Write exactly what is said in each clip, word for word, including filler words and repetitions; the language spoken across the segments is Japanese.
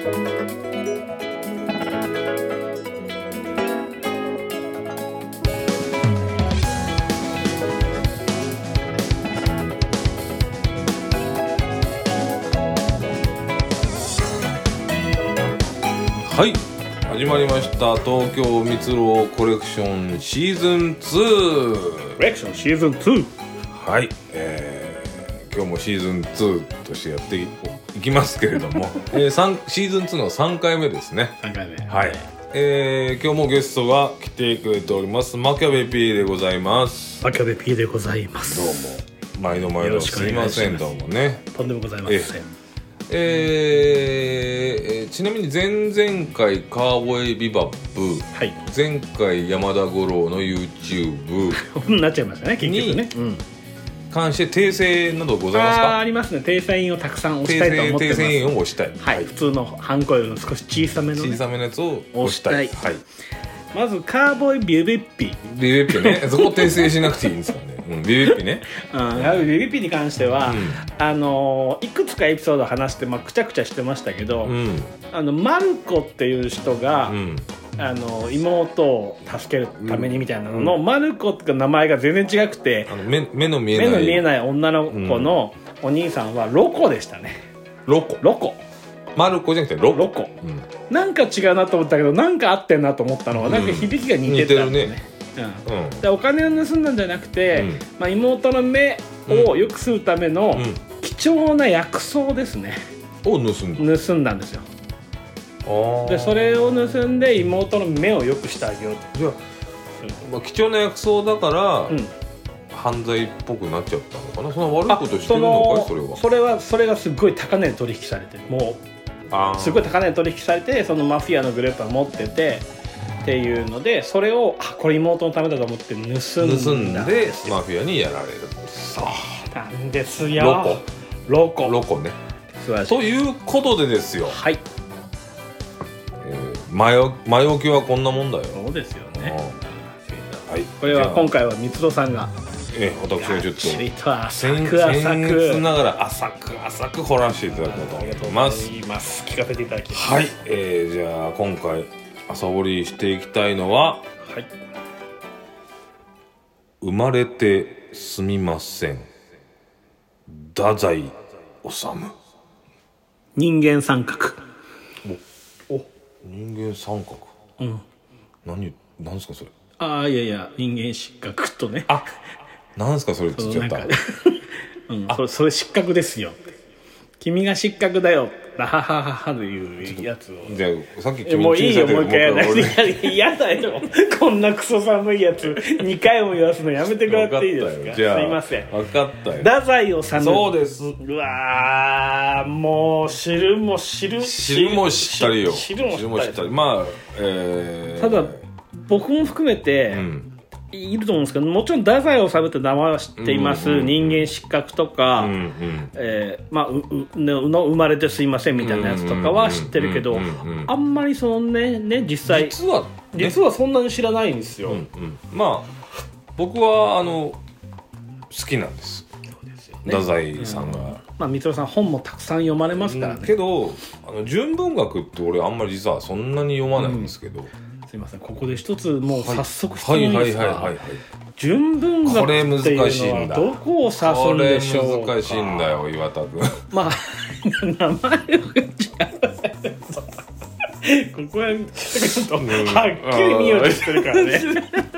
はい始まりました東京蜜ろコレクションシーズンツーコレクションシーズンツーはい、えー、今日もシーズンツーとしてやっていきますけれども、えー、シーズンツーのさんかいめですね。 さんかいめはい、えー、今日もゲストが来てくれております。マキャベ P でございます。 マキャベ P でございます。 どうも毎度毎度すいません。どうもね、 とんでもございません。 えー、ちなみに前々回カーボーイビバップ、はい、前回山田五郎の YouTube なっちゃいましたね結局ね、うん、 関して訂正などございますか？ あ, ありますね。訂正印をたくさん押したいと思ってます。 訂正印を押したい、 はいはい、普通のハンコよりも少し小さめの、ね、 小さめのやつを押したい、 はい、まずカーボーイビビッピビビッピねそこ訂正しなくていいんですかねうん、ビビッピね、 うん、ビビッピに関しては、うん、あのいくつかエピソードを話して、まあ、くちゃくちゃしてましたけど、うん、あのマルコっていう人が、うん、あの妹を助けるためにみたいなのの、うん、マルコって名前が全然違くて、 あの 目, 目の見えない目の見えない女の子のお兄さんはロコでしたね。 ロコロコマルコじゃなくてロコ、 ロコ、うん、なんか違うなと思ったけどなんか合ってんなと思ったのは、うん、なんか響きが似てたんですね。うん、でお金を盗んだんじゃなくて、うんまあ、妹の目を良くするための貴重な薬草ですね、 うん、を盗んだ盗んだんですよ。あでそれを盗んで妹の目を良くしてあげようと。 じゃあ、まあ、貴重な薬草だから、うん、犯罪っぽくなっちゃったのかな。そんな悪いことしてるのかい？それはそれはそれがすごい高値で取引されてもうすごい高値で取引されてそのマフィアのグループが持っててっていうのでそれをあこれ妹のためだと思って盗んだんですよ。 盗んでマフィアにやられる。 そうなんですよ。 ロコロコロコね。ということでですよ。 はい。 えー、前前置きはこんなもんだよ。 そうですよね。 はい。 これは今回は三郎さんが。 えー、私がちょっと先月ながら浅く浅く掘らせていただこうと思います。 聞かせていただきます。 はい。えー、じゃあ今回朝掘りしていきたいのは、はい、生まれてすみません太宰治。 人間三角。 おお人間三角、うん、何何ですかそれ。 ああいやいや人間失格とね。 あ何ですかそれって言っちゃった。 うん、それそれ失格ですよ。君が失格だよラハハハハというやつを。 じゃあさっき気持ちいいよもう一回やらないで嫌だよこんなクソ寒いやつにかいも言わすのやめてくれていいですか。 じゃあすいません分かったよ。 太宰治。 そうです。 うわもう知るも知る知るも知ったりよ。 知るも知ったり。 ったりまあ、えー、 ただ僕も含めて、うんいると思うんですけどもちろん太宰治って名前は知っています、うんうん、人間失格とか、うんうんえーまあ、ううの生まれてすいませんみたいなやつとかは知ってるけど、うんうんうんうん、あんまりそのね、ね実際実は、ね、 実はそんなに知らないんですよ、うんうん、 まあ僕はあの好きなんです、そうですよね、太宰さんが、うんまあ、三郎さん本もたくさん読まれますからね、 うん、けどあの純文学って俺あんまり実はそんなに読まないんですけど、うんすいませんここで一つもう早速質問いいですか。 はいはいはいはい、はい、 純文学っていうのはどこを指すんでしょうか。 これ難しいんだよ岩田君まあ名前をここはちょっとはっきり見ようとしてるからね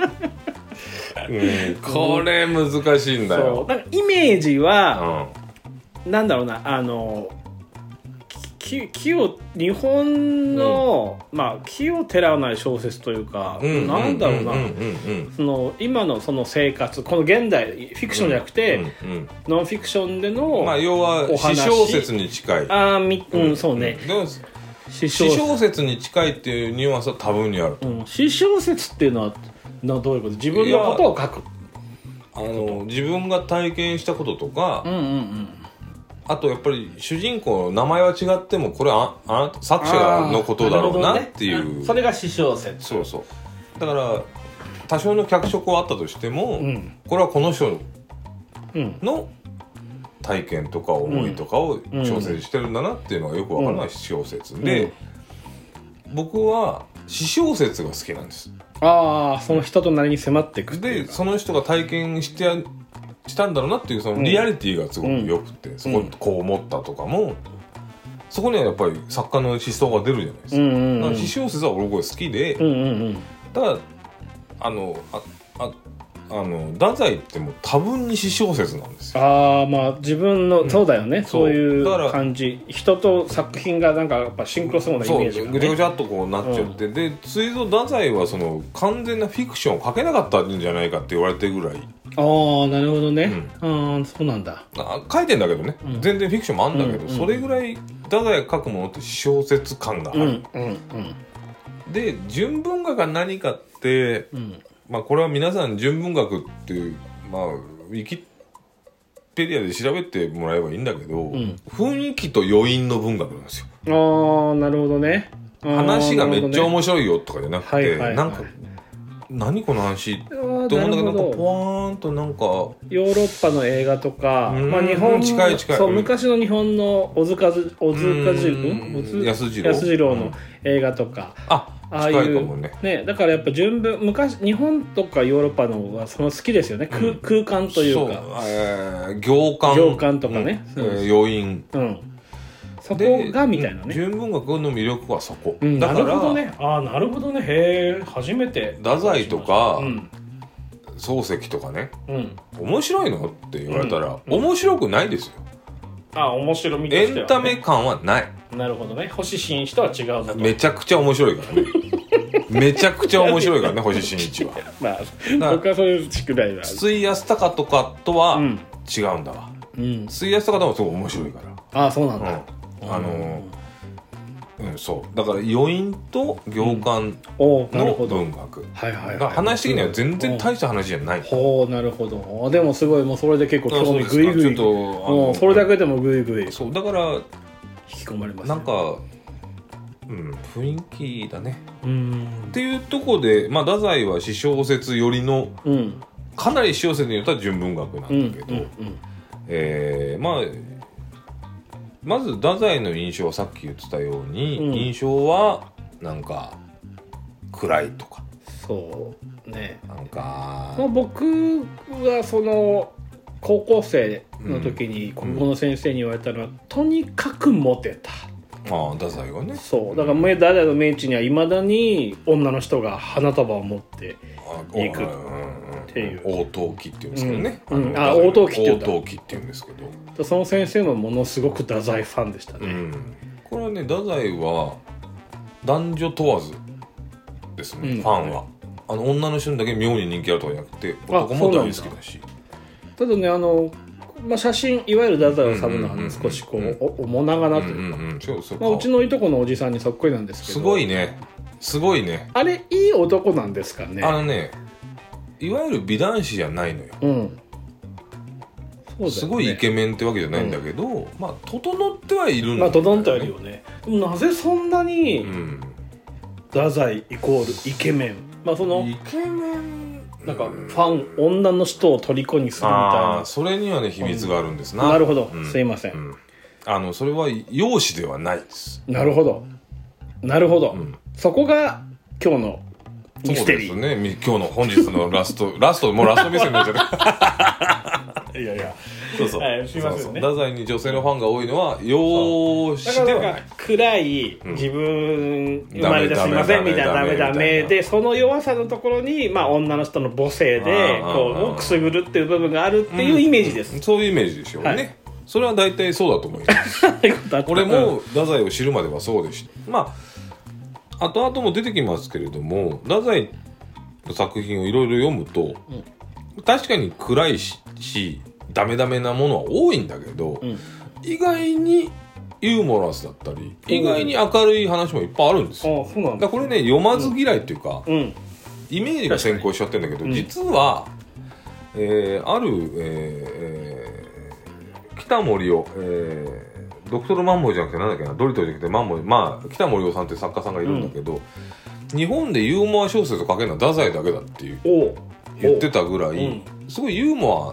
うん、これ難しいんだよ。 そうなんかイメージは、うん、なんだろうなあの木を日本の、うんまあ、木をてらわない小説というか、うん、なんだろうなその今のその生活この現代フィクションじゃなくて、うんうん、ノンフィクションでの、 まあ、要は詩小説に近いあみ、うん、そうね、 うん、詩小説に近いっていうニュアンスは多分にある、うん、 詩小説っていうのはのどういうこと自分のことを書くあの自分が体験したこととか、うんうんうんあとやっぱり主人公の名前は違ってもこれはああ作者のことだろうなっていう、 ね、それが詩小説。 そうそうだから多少の脚色はあったとしても、うん、これはこの人の体験とか思いとかを小説してるんだなっていうのがよくわかるのが私小説、うん、で、うん、僕は私小説が好きなんです。 ああ、その人となりに迫っていくっていうでその人が体験してしたんだろうなっていうそのリアリティがすごく良くて、うん、そここう思ったとかも、そこにはやっぱり作家の思想が出るじゃないですか。うんうんうん、だから私小説は俺これ好きで、うんうんうん、ただあのあああの太宰ってもう多分に私小説なんですよ。 ああ、まあ自分の、うん、そうだよね、そういう感じ、人と作品がなんかやっぱシンクロするようなイメージが、ね、 そうぐちゃぐちゃっとこうなっちゃって、うん、でついぞ太宰はその完全なフィクションを書けなかったんじゃないかって言われてるぐらい。 ああ、なるほどね、うん、あそうなんだ。 あ書いてんだけどね、うん、全然フィクションもあるんだけど、うんうん、それぐらい太宰が書くものって小説感がある、うんうんうん、で純文学が何かって、うんまあ、これは皆さん純文学っていう、まあ、ウィキペディアで調べてもらえばいいんだけど、うん、雰囲気と余韻の文学なんですよ。ああ、なるほどね。 話がめっちゃ面白いよとかじゃなくて、はいはいはい、なんか何この話って思うんだけど、なんかポワーンとなんかヨーロッパの映画とか、まあ、日本近い近いそう昔の日本の小塚小塚次安次郎安次郎の映画とか、 うん、あああいう、ねね、だからやっぱ純文昔日本とかヨーロッパの方がその好きですよね、うん、空, 空間というか、 そう、えー、行間行間とかね、 うんえー、余韻、 うん、そこがみたいなね。 純文学の魅力はそこ、 うん、だからなるほどね。ああ、なるほどね。へえ、初めて。 太宰とか、うん、漱石とかね、うん、面白いのって言われたら、うん、面白くないですよ。 ああ、面白みとしては、ね、 エンタメ感はない。 なるほどね。星新一とは違うぞと。 めちゃくちゃ面白いからねめちゃくちゃ面白いからね星新一はまあ僕はそういうくらいは筒井康隆とかとは違うんだわ、うん、筒井康隆もすごい面白いから。 ああ、そうなんだ、 うん、あのー、うん、そうだから余韻と行間の文学、 はいはいはい、 話的には全然大した話じゃない。 ほう、なるほど。でもすごい、もうそれで結構興味グイグイ、ちょっとそれだけでもグイグイ、 そうだから引き込まれます、ね、 なんか、うん、雰囲気だね。うんっていうところで、まあ、太宰は私小説寄りの、うん、かなり私小説によっては純文学なんだけど、うんうんうん、えー、まあまず太宰の印象はさっき言ってたように、うん、印象はなんか暗いとか、 そうね、 なんか、 まあ、僕はその高校生の時に国語の先生に言われたのは、うん、とにかくモテた。 ああ、太宰がね。 そうだから太宰の命地にはいまだに女の人が花束を持っていくっていう、 応答記っていうんですけどね、 うんうん、あ、応答記って言うんだ。 応答記っていうんですけど、 その先生もものすごく太宰ファンでしたね、うん、 これはね、太宰は男女問わずですね、うん、ファンはあの女の人にだけ妙に人気あるとかじゃなくて男も大好きだし。 ただね、あのまあ、写真いわゆる太宰治のあの少しこう、うんうんうん、面長なというか、うんうんうん、そうそう、まあ、うちのいとこのおじさんにそっくりなんですけど、 すごいね、すごいね。 あれいい男なんですかね。 あのね、いわゆる美男子じゃないのよ、うん、そうだよね、すごいイケメンってわけじゃないんだけど、うん、まあ整ってはいるんだよね。まあ整ってはいるよね。でもなぜそんなに、うん、太宰イコールイケメン、まあそのイケメンなんかファン、うん、女の人を虜にするみたいな。 それにはね秘密があるんですな、 うん、なるほど、うん、すいません、うん、 あのそれは容姿ではないです。 なるほどなるほど、うん、そこが今日のミステリー。 そうですね、今日の本日のラストラストもうラストミスになっちゃったいやいや、そうそう、はい、すいませんね。太宰に女性のファンが多いのは容姿ではない。 暗い自分、生まれてすいませんみたいなダメダメで、その弱さのところに、まあ、女の人の母性でこうくすぐるっていう部分があるっていうイメージです、うん、 そういうイメージでしょうね、はい、それは大体そうだと思います俺も太宰を知るまではそうでした。まあ後々も出てきますけれども、太宰の作品をいろいろ読むと、うん、確かに暗いしダメダメなものは多いんだけど、うん、意外にユーモラスだったり、うん、意外に明るい話もいっぱいあるんですよ。ああ、そうなんだ。だからこれね、読まず嫌いっていうか、うん、イメージが先行しちゃってるんだけど、うん、実は、えー、ある、えー、北森を、えー、ドクトルマンモリじゃなくてなんだっけな、ドリトルじゃなくてマンモリ、まあ北森夫さんって作家さんがいるんだけど、うん、日本でユーモア小説を書けるのは太宰だけだっていう言ってたぐらい、うん、すごいユーモア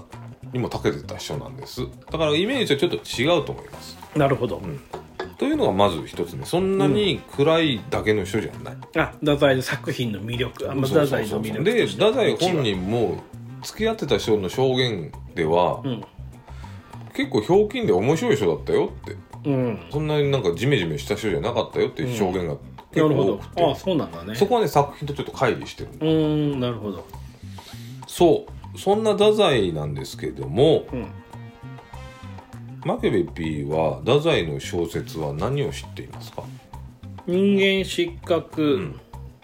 にも長けてた人なんです。だからイメージはちょっと違うと思います。 なるほど、 うん、というのがまず一つね。そんなに暗いだけの人じゃない、うん、 あ太宰の作品の魅力、あ、まあ、太宰の魅力で太宰本人も付き合ってた人の証言では、うん、結構ひょうきんで面白い人だったよって、うん、そんなになんかジメジメした人じゃなかったよっていう証言が結構多くて、うん、 あ、そうなんだね。 そこはね作品とちょっと乖離してる。 うーん、なるほど。 そうそんな太宰なんですけども、うん、マケベ P は太宰の小説は何を知っていますか？ 人間失格、うん、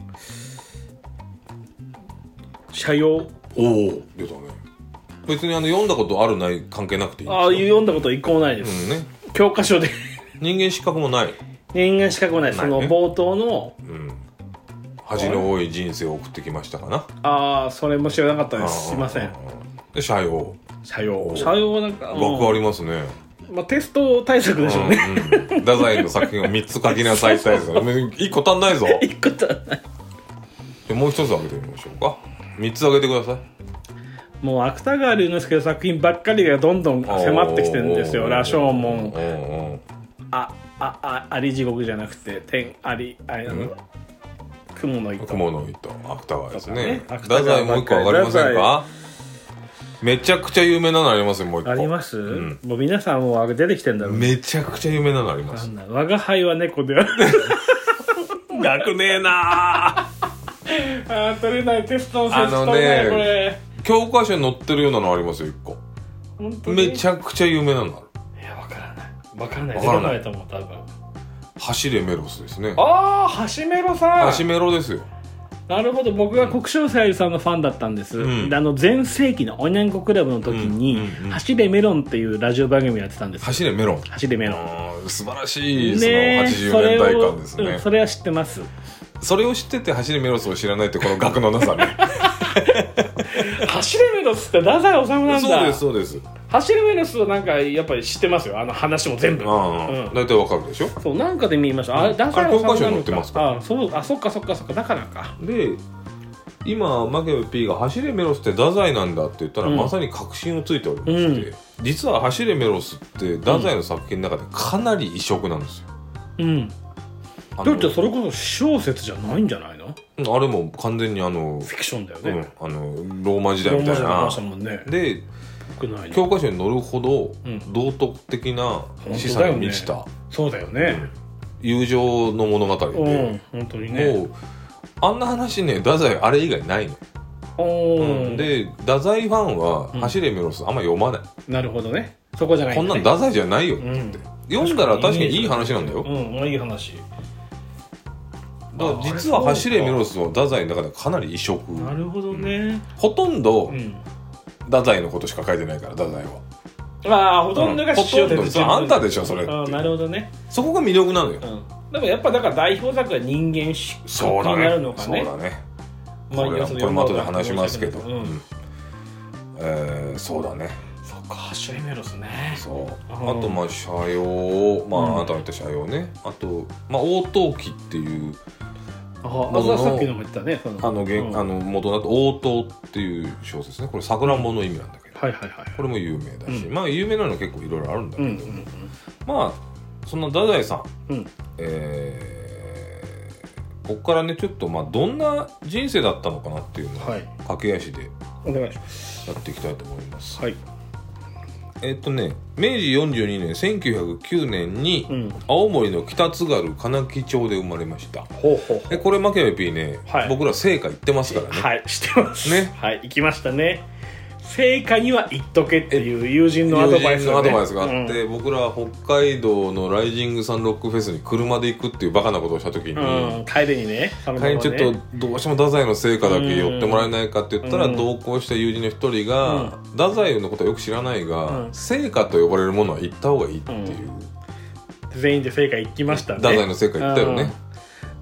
斜陽。 おお、出たね。別にあの読んだことあるない関係なくていいんですか？ ああ、読んだこと一個もないです、うんね、教科書で人間失格もない。 人間資格もない、その冒頭の、うん、 恥の多い人生を送ってきましたかな。 ああ、それも知らなかったです。すいません。 で、斜陽。 斜陽。斜陽なんか学ありますね。 まあテスト対策でしょうね。 うんうん、太宰の作品をみっつ書きなさいってやつ。いっこ足んないぞ。 いっこ足んない。 じゃもう一つあげてみましょうか。みっつあげてください。 もう芥川龍之介の作品ばっかりがどんどん迫ってきてるんですよ。羅生門。あ。あああり地獄じゃなくて天ありあれなの、雲の糸。 雲の糸、芥川ですね。太宰もう一個わかりませんか？めちゃくちゃ有名なのありますよ。もう一個あります、うん、もう皆さんもう出てきてんだろう。 めちゃくちゃ有名なのあります。 我が輩は猫である学ねえなあー取れないテストの説取れない、これ教科書に載ってるようなのありますよ。一個めちゃくちゃ有名なのある。 わからない。わからないと思う、多分。 走れメロスですね。 ああ、走メロさん。 走メロですよ。 なるほど。僕が国生さゆりさんのファンだったんです。うん、であの全盛期のおにゃんこクラブの時に、うんうんうん、走れメロンっていうラジオ番組やってたんです。 走れメロン。 走れメロン。 素晴らしい、そのはちじゅうねんだいかんですね。 それを、うん、それは知ってます。 それを知ってて走れメロスを知らないってこの額のなさね。 走れメロスって太宰治なんだ。 そうですそうです。 走れメロスはなんかやっぱり知ってますよ。あの話も全部。 大体わかるでしょ。 そう、なんかで見ました。あれ太宰治教科書に載ってますから。 あ、そう、あ、そっかそっかそっか、だからか。 で、今マケベ P が走れメロスって太宰なんだって言ったら、うん、まさに確信をついておりまして、うん、実は走れメロスって太宰の作品の中でかなり異色なんですよ。うん。 だってそれこそ小説じゃないんじゃないの？ あれも完全にあのフィクションだよね。 うん、あのローマ時代みたいな。 ローマ時代の話だもんね。 で、教科書に載るほど道徳的な示唆に満ちた、 そうだよね、 友情の物語で、 うん、本当にね。 もうあんな話ね、太宰あれ以外ないの。うん、で太宰ファンは走れメロスあんま読まない、 うん、なるほどね。そこじゃない、ね、 こんなん太宰じゃないよって、うん、読んだら確かにいい話なんだよ。 うん、いい話だから実は走れメロスの太宰の中ではかなり異色。 なるほどね、 うん、ほとんど、うん、太宰のことしか書いてないから太宰は。 ああ、ほとんどが塩で、うん、あんたでしょそれって。 あ、なるほどね。 そこが魅力なのよ、うん、でもやっぱだから代表作は人間失格になるのかね。 そうだね、まあ、これはこれも後で話しますけど、うん、えー、そうだね。 そっか、走れメロスね。 そう、あとまあ斜陽、まあ、うん、あなたが言った斜陽ね。あと、まあ、応答記っていうああ、さっきのも言ったね。 あの、うん、あの元だと応答っていう小説ね。これさくらんぼの意味なんだけど、 はいはいはい、 これも有名だし、うん、まあ有名なの結構いろいろあるんだけど、うんうんうん、まあそんな太宰さん、うん、えー、ここからねちょっとまあどんな人生だったのかなっていうのを、はい、駆け足でやっていきたいと思います。はい。えっとね、めいじよんじゅうにねんせんきゅうひゃくきゅうねんに、うん、青森の北津軽金木町で生まれました。ほうほうほう。でこれマケベ P ね、はい、僕ら聖火行ってますからね。 はい、知ってますね。はい、行きましたね。聖火には行っとけっていう友人のアドバイス、ね、友人のアドバイスがあって、うん、僕ら北海道のライジングサンロックフェスに車で行くっていうバカなことをした時に、 うん、帰りにね、 帰りにちょっとどうしても太宰の聖火だけ寄ってもらえないかって言ったら、うん、同行した友人の一人が、うん、太宰のことはよく知らないが、うん、聖火と呼ばれるものは行った方がいいっていう、 うん、全員で聖火行きましたね。 太宰の聖火行ったよね、 う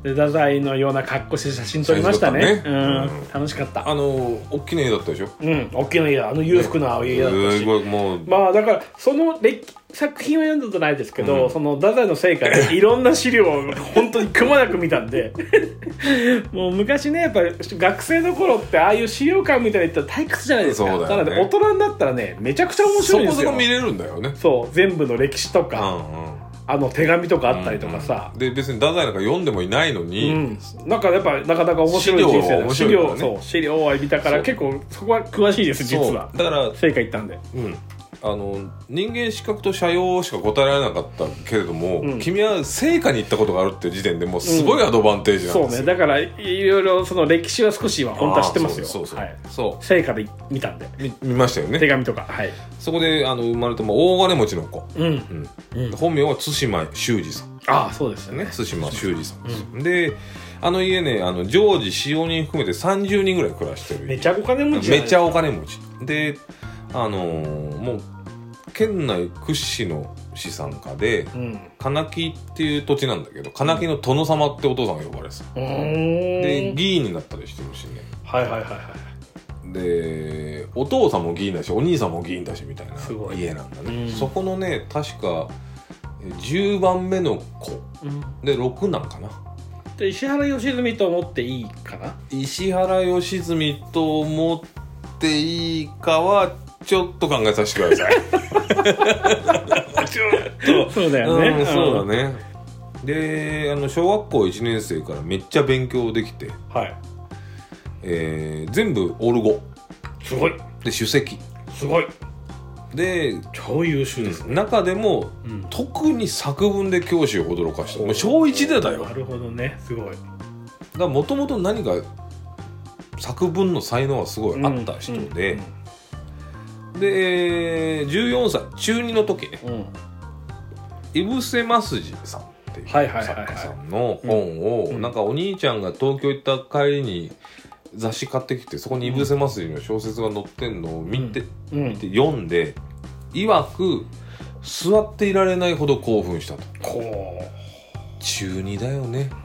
で太宰のような格好して写真撮りましたね。 ね、 うん、楽しかった。 あの大きな家だったでしょ。 うん大きな家、あの裕福な家だったし、 すごいもうまあだからその作品は読んだことないですけど、うん、その太宰の生家でいろんな資料を本当にくまなく見たんでもう昔ねやっぱ学生の頃ってああいう資料館みたいなの行ったら退屈じゃないですか。 そうだよね、 なので大人になったらねめちゃくちゃ面白いんですよ。 そこそこ見れるんだよね。 そう全部の歴史とか、うんうん、あの手紙とかあったりとかさ、 うんうん、で別に太宰なんか読んでもいないのに、うん、 なんかやっぱなかなか面白い人生だ。資料、 ね、 そう資料を見たから結構そこは詳しいです実は。 だから成果行ったんで、 うん、あの人間資格と社用しか答えられなかったけれども、うん、君は成果に行ったことがあるっていう時点でもうすごいアドバンテージなんですよ、うん、そうね。 だからいろいろその歴史は少しは本当は知ってますよ。 そうそうそう、 はい、 そう成果で見たんで見, 見ましたよね手紙とか、はい、 そこであの生まれた大金持ちの子、うんうんうん、本名は対馬修二さん。 ああそうですよね、 対馬修二さんです、うん、であの家ねあの常時使用人含めてさんじゅうにんぐらい暮らしてる。 めちゃお金持ち。 めちゃお金持ちで、あのー、もう県内屈指の資産家で、うん、金木っていう土地なんだけど金木の殿様ってお父さんが呼ばれてた、うん、で議員になったりしてるしね。 はいはいはいはい。 でお父さんも議員だしお兄さんも議員だしみたいな家なんだね、うん、そこのね確かじゅうばんめの子、うん、でろくなんかな。 で石原良純と思っていいかな。 石原良純と思っていいかはちょっと考えさせてくださいちょっとそうだよね、 うん、そうだね。であの小学校いちねん生からめっちゃ勉強できて、はいえー、全部オルゴすごいで首席すごいで超優秀ですね。 中でも、うん、特に作文で教師を驚かした。もう小いちでだよ。 なるほどねすごい。だからもともと何か作文の才能はすごいあった人で、うんうんうん、でじゅうよんさい中にの時ね、うん、井伏正次さんっていう作家さんの本を、うん、なんかお兄ちゃんが東京行った帰りに雑誌買ってきてそこに井伏正次の小説が載ってんのを見て、うん、見て読んで曰く座っていられないほど興奮したと。こう中にだよね、うん、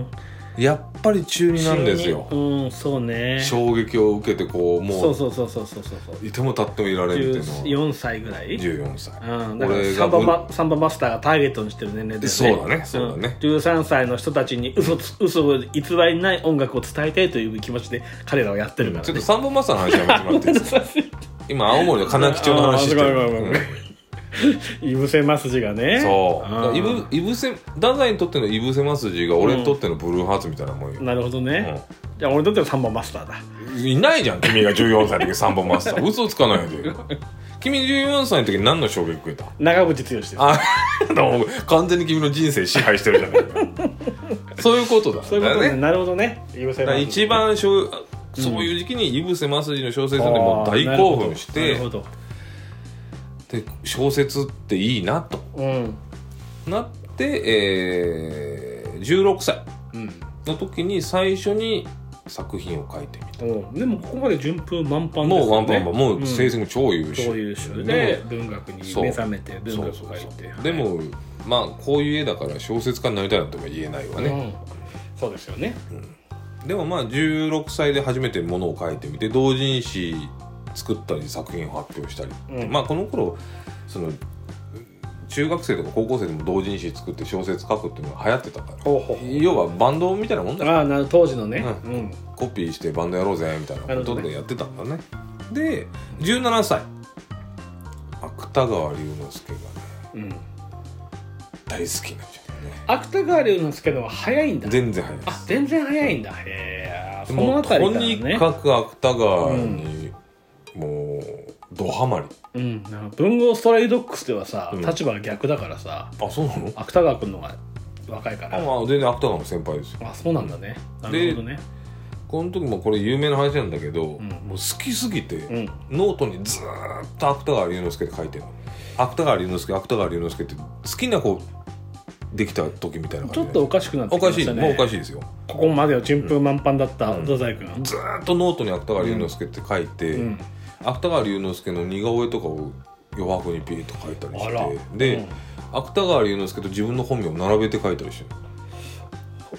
やっぱり中になんですよ、 うん、そうね。 衝撃を受けてこうもうそうそうそうそうそうそういても立ってもいられるっていうのはじゅうよんさいぐらいじゅうよんさい、 うん、だからサンバマ、サンバマスターがターゲットにしてる年齢だよね。 そうだねそうだね、 うん、じゅうさんさいの人たちに嘘つ嘘を偽りない音楽を伝えたいという気持ちで彼らはやってるから、ね、 ちょっとサンバマスターの話はやめてもらっていいですか今青森の金木町の話してる。 井伏正次がね。 そう井伏太宰にとっての井伏正次が俺にとってのブルーハーツみたいなもんよ、 うん、なるほどね、うん、じゃあ俺にとってのサンバマスターだ。 いないじゃん君がじゅうよんさいの時サンバマスター嘘つかないで君じゅうよんさいの時何の衝撃受けた。 長渕剛です。 あ完全に君の人生支配してるじゃないかそういうことだ。 そういうことね。なるほどね。井伏正次一番しょそういう時期に井伏正次の小説読んでもう大興奮して、なるほどで小説っていいなと、うん、なって、えー、じゅうろくさいの時に最初に作品を書いてみた、 うん、でもここまで順風満帆ですよね。 もう満帆満もう成績も超優秀、 うん、超優秀で文学に目覚めて文学を書いて。そうそうそう、はい、 でもまあこういう絵だから小説家になりたいなんても言えないわね、うん、 そうですよね、 うん、でもまあじゅうろくさいで初めてものを書いてみて同人誌作ったり作品を発表したり、うん、まあこの頃その中学生とか高校生でも同人誌作って小説書くっていうのが流行ってたから、ほうほうほう、要はバンドみたいなもんだよ。 ああ、なる当時のね、 うんうん、コピーしてバンドやろうぜみたいなことでやってたんだね。でじゅうななさい芥川龍之介がね、うん、大好きになっちゃったね。 芥川龍之介のは早いんだ。 全然早いです。 あ、全然早いんだ。へえ。そのあたりからね。 とにかく芥川に、うん、もうドハマり、 うん、なんか文豪ストライドックスではさ、うん、立場が逆だからさ。 あ、そうなの？ 芥川君の方が若いから。 あ、まあ全然芥川の先輩ですよ。 あ、そうなんだね。なるほどね。 この時もこれ有名な話なんだけど、うん、もう好きすぎて、うん、ノートにずーっと芥川龍之介って書いてるの。芥川龍之介芥川龍之介って好きな子できた時みたいな感じで、 ちょっとおかしくなってきましたね。 おかしい、もうおかしいですよ。 ここまでは順風満帆だった太宰君、 うん、ずーっとノートに芥川龍之介って書いて、うん、芥川龍之介の似顔絵とかを余白にピーッと書いたりして、で、うん、芥川龍之介と自分の本名を並べて書いたりしてる。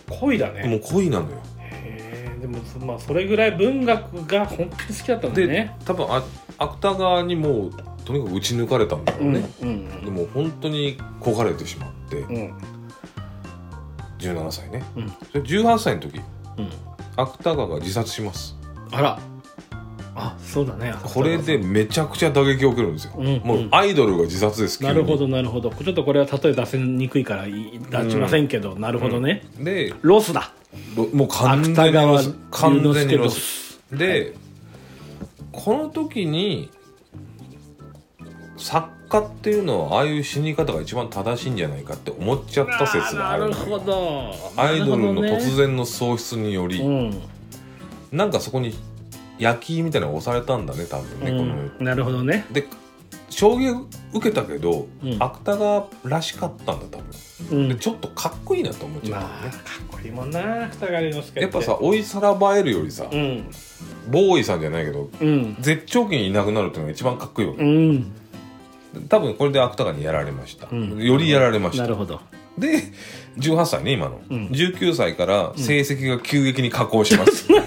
恋だね。 もう恋なのよ。 へえ。でもまあそれぐらい文学が本当に好きだったんだね。 で多分あ芥川にもうとにかく打ち抜かれたんだろうね、 うんうんうん、 でも本当に焦がれてしまって、うん、じゅうななさいね、うん、それじゅうはっさいの時、うん、芥川が自殺します。 あら、あ、そうだね。 これでめちゃくちゃ打撃を受けるんですよ、うんうん、もうアイドルが自殺です。 なるほどなるほど。ちょっとこれは例え出せにくいから出しませんけど、うん、なるほどね、うん、でロスだ。 もう完全にロス、完全にロスで、はい、この時に作家っていうのはああいう死に方が一番正しいんじゃないかって思っちゃった説がある。 なるほど。 アイドルの突然の喪失により、うん、なんかそこに焼きみたいなのが押されたんだね多分ね、うん、 このなるほどね。 で衝撃受けたけど、うん、芥川らしかったんだ多分、うん、でちょっとかっこいいなと思っちゃったね、まあ、かっこいいもんな芥川龍之介って。 やっぱさ追いさらばえるよりさ、うん、ボーイさんじゃないけど、うん、絶頂期にいなくなるっていうのが一番かっこいいわけ、うん、多分これで芥川にやられました、うん、よりやられました、 なるほど。 でじゅうはっさいね今の、うん、じゅうきゅうさいから成績が急激に下降します、うん、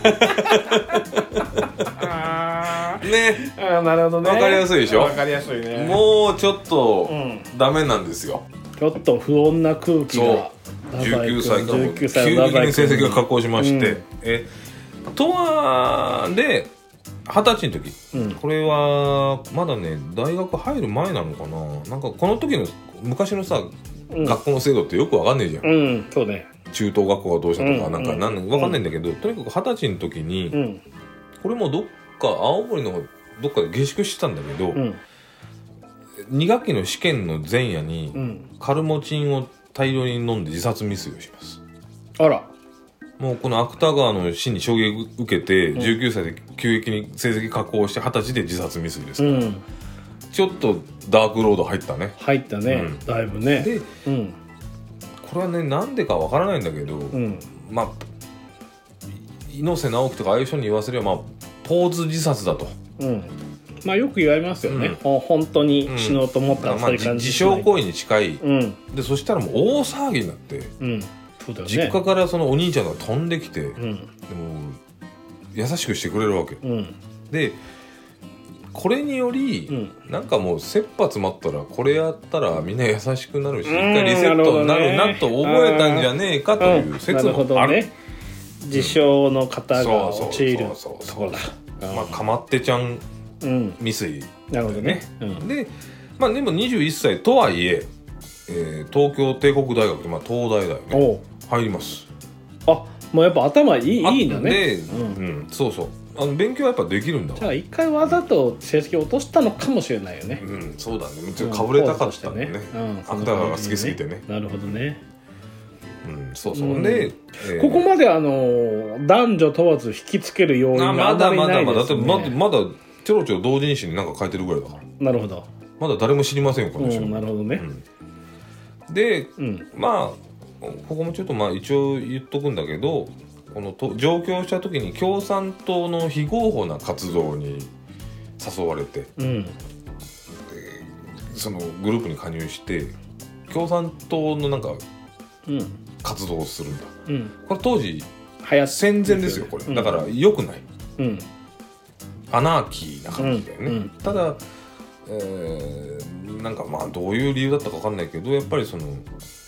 あね、 あ、なるほどね。 分かりやすいでしょ。 分かりやすいね。 もうちょっとダメなんですよ、 うん、ちょっと不穏な空気が。 じゅうきゅうさいから急激に成績が下降しまして、うん、えとはではたちの時、うん、これはまだね大学入る前なのかな。なんかこの時の昔のさ、うん、学校の制度ってよくわかんないじゃん、うん、そうね。中等学校がどうしたとか、うん、なんかなんわかんないんだけど、うん、とにかくはたちの時に、うん、これもどっか青森のどっかで下宿してたんだけど、うん、に学期の試験の前夜に、うん、カルモチンを大量に飲んで自殺未遂をします。 あら。 もうこの芥川の死に衝撃を受けて、うん、じゅうきゅうさいで急激に成績下降してはたちで自殺未遂ですから、うん、ちょっとダークロード入ったね。 入ったね、うん、だいぶね。で、うん、 これはねなんでかわからないんだけど、うん、まあ猪瀬直樹とかああいう人に言わせれば、まあ、ポーズ自殺だと、うん、 まあよく言われますよね、うん、本当に死のうと思ったら、うん、そういう感じ、 自傷行為に近い、うん、でそしたらもう大騒ぎになって、うんそうだよね、実家からそのお兄ちゃんが飛んできて、うん、でも優しくしてくれるわけ、うん、でこれにより、うん、なんかもう切羽詰まったらこれやったらみんな優しくなるし、一回リセットになるなと覚えたんじゃねえかという説もある、ね、 自傷の方が陥るところだ。 まあかまってちゃん未遂、 うん、なるほどね、 うん、で、まあ、でもにじゅういっさいとはいええー、東京帝国大学、まあ、東大だよね入ります。 あ、もうやっぱ頭いい、いいんだね。 で、うんうん、そうそうあの勉強はやっぱできるんだわ。 じゃあ一回わざと成績落としたのかもしれないよね。 うん、そうだね。ちょっとかぶれたかったんだね。芥川が好きすぎてね。 なるほどね。 うん、そうそう。うん、で、 えー、ここまであの男女問わず引きつける要因があまりないですね。 まだまだまだちょろちょろ同人誌に何か書いてるぐらいだから。 なるほど。 まだ誰も知りませんよこの人。 なるほどね。 うん、で、うん、まあここもちょっとまあ一応言っとくんだけど。このと上京した時に共産党の非合法な活動に誘われて、うん、そのグループに加入して共産党のなんか活動をするんだ、うん、これ当時戦前ですよこれ、うん、だから良くない、うん、アナーキーな感じだよね、うんうん、ただ、えー、なんかまあどういう理由だったか分かんないけどやっぱりそのうー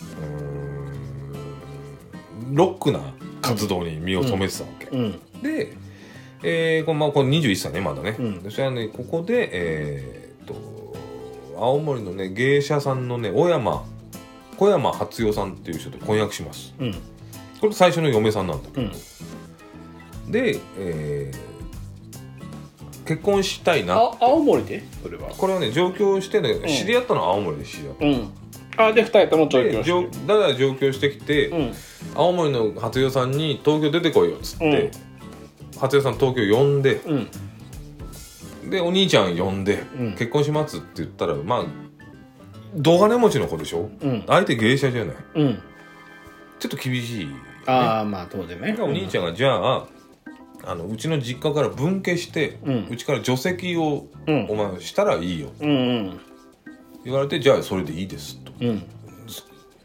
んロックな活動に身を染めてたわけ、うん、で、えーこれまあ、これにじゅういっさいねまだね、うん、でそれはねここで、えー、っと青森のね芸者さんのね小山小山初代さんっていう人と婚約します、うん、これ最初の嫁さんなんだけど、うん、で、えー、結婚したいなって。 青森でそれはこれはね上京してね、うん、知り合ったのは青森で知り合った、うんあでふたりとも上京してだから上京してきて、うん、青森の初代さんに東京出てこいよっつって、うん、初代さん東京呼んで、うん、でお兄ちゃん呼んで、うん、結婚しますって言ったらまあ銅金持ちの子でしょ、うん、相手芸者じゃない、うん、ちょっと厳しい、ね、 ああまあ当然ねお兄ちゃんがじゃああのうちの実家から分家してうち、ん、から除籍を、うん、お前したらいいよ、うんうん言われてじゃあそれでいいですと、うん、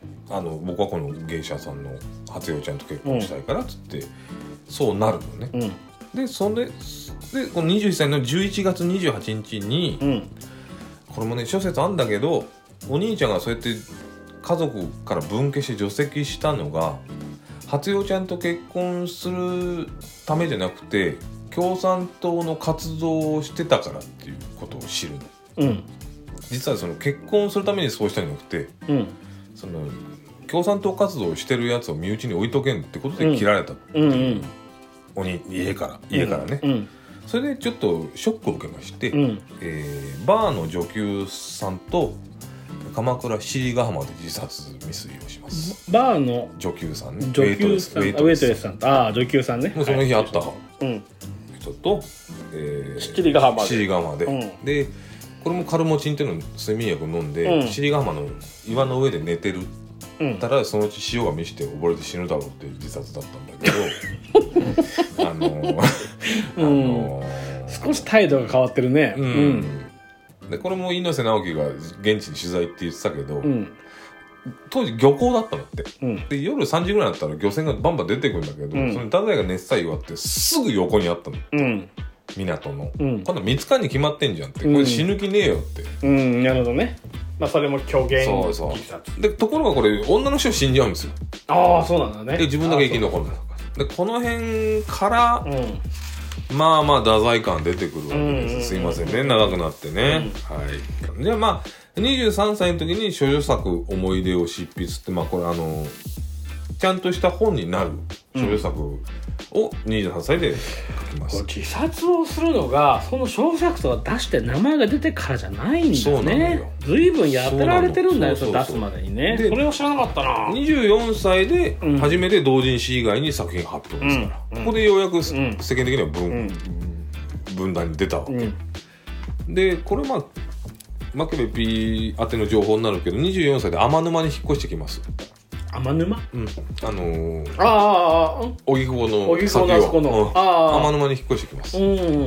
あの僕はこの芸者さんの初代ちゃんと結婚したいからっつって、うん、そうなるのね、うん、でそれでこのにじゅういっさいのじゅういちがつにじゅうはちにちに、うん、これもね諸説あるんだけど、お兄ちゃんがそうやって家族から分家して除籍したのが初代ちゃんと結婚するためじゃなくて共産党の活動をしてたからっていうことを知るの、うん、実はその結婚するためにそうしたんじゃなくて、うん、その共産党活動をしてるやつを身内に置いとけんってことで切られたっていう、うんうんうん、おに家から家からね、うんうん、それでちょっとショックを受けまして、うん、えー、バーの女給さんと鎌倉七里ヶ浜で自殺未遂をします。 バーの女給さんね、 女給さん、ウェイトレスさん、ああ女給さんね、 もうその日あった、はい、人と、 えー、七里ヶ浜で七里ヶ浜で、うん、でこれもカルモチンっていうの睡眠薬飲んで、うん、七里ヶ浜の岩の上で寝てる、うん、たらそのうち潮が満ちて溺れて死ぬだろうっていう自殺だったんだけどあのーあのー、少し態度が変わってるね、うんうん、でこれも猪瀬直樹が現地に取材って言ってたけど、うん、当時漁港だったのって、うん、で夜さんじぐらいだったら漁船がバンバン出てくるんだけど、うん、その太宰が熱さ祝ってすぐ横にあったの、うん、港の、うん、今度見つかんに決まってんじゃんって、これ死ぬ気ねえよって、 うん、うん、なるほどね。まあそれも虚言そうそうで、ところがこれ女の人死んじゃうんですよ。 ああそうなんだね。 で自分だけ生き残るでこの辺から、うん、まあまあ太宰感出てくるわけです、うんうんうん、すいませんね長くなってね、うん、はいじゃあまあにじゅうさんさいの時に処女作思い出を執筆って、まあこれあのちゃんとした本になる処女作をにじゅうはっさいで書きます、うん、 自殺をするのがその小作とか出して名前が出てからじゃないんだね。そうなのよ。随分やってられてるんだよ、それ出すまでにね。それを知らなかったな。 にじゅうよんさいで初めて同人誌以外に作品発表ですから、うん、ここでようやく世間的には分、うん、分断に出たわけ、うん、でこれまあマケベ P 宛ての情報になるけどにじゅうよんさいで天沼に引っ越してきます。 天沼？ うん。あのー、 ああ、 荻窪の荻窪のあそこの、うん、 あ天沼に引っ越してきます。うん、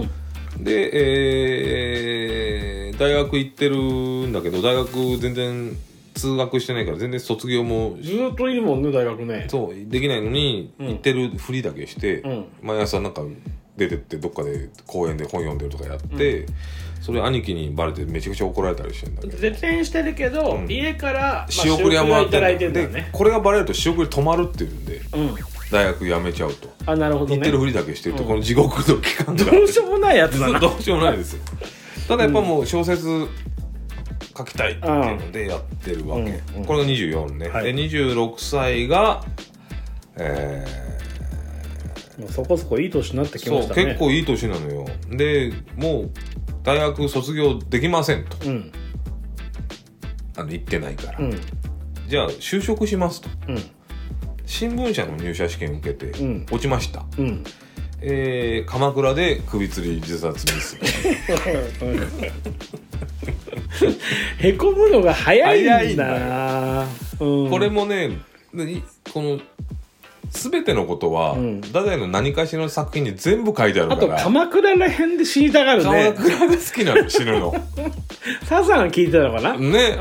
で、えー、大学行ってるんだけど大学全然通学してないから全然卒業もずっといるもんね大学ね。 そうできないのに、うん、行ってるふりだけして、うん、毎朝なんか出てってどっかで公園で本読んでるとかやって、うん、それ兄貴にバレてめちゃくちゃ怒られたりしてるんだけど絶縁してるけど、うん、家から、まあ、 仕送りは回ってるんだよね。でこれがバレると仕送り止まるっていうんで、うん、大学辞めちゃうと。 あなるほどね。 行ってるふりだけしてると、うん、この地獄の期間がどうしようもないやつだなどうしようもないですよただやっぱもう小説書きたいっていうのでやってるわけ、うんうん、これがにじゅうよんね、はい、でにじゅうろくさいがえーそこそこいい年になってきましたね。 そう結構いい年なのよ。でもう大学卒業できませんと、うん、あの行ってないから、うん、じゃあ就職しますと、うん、新聞社の入社試験受けて、うん、落ちました、うんえー、鎌倉で首吊り自殺未遂へこむのが早いんだな、 うん、これもねこの全てのことは、うん、太宰の何かしらの作品に全部書いてあるから。 あと鎌倉ら辺で死にたがるね。 鎌倉が好きなの死ぬのサザン聞いてたのかなね、うん、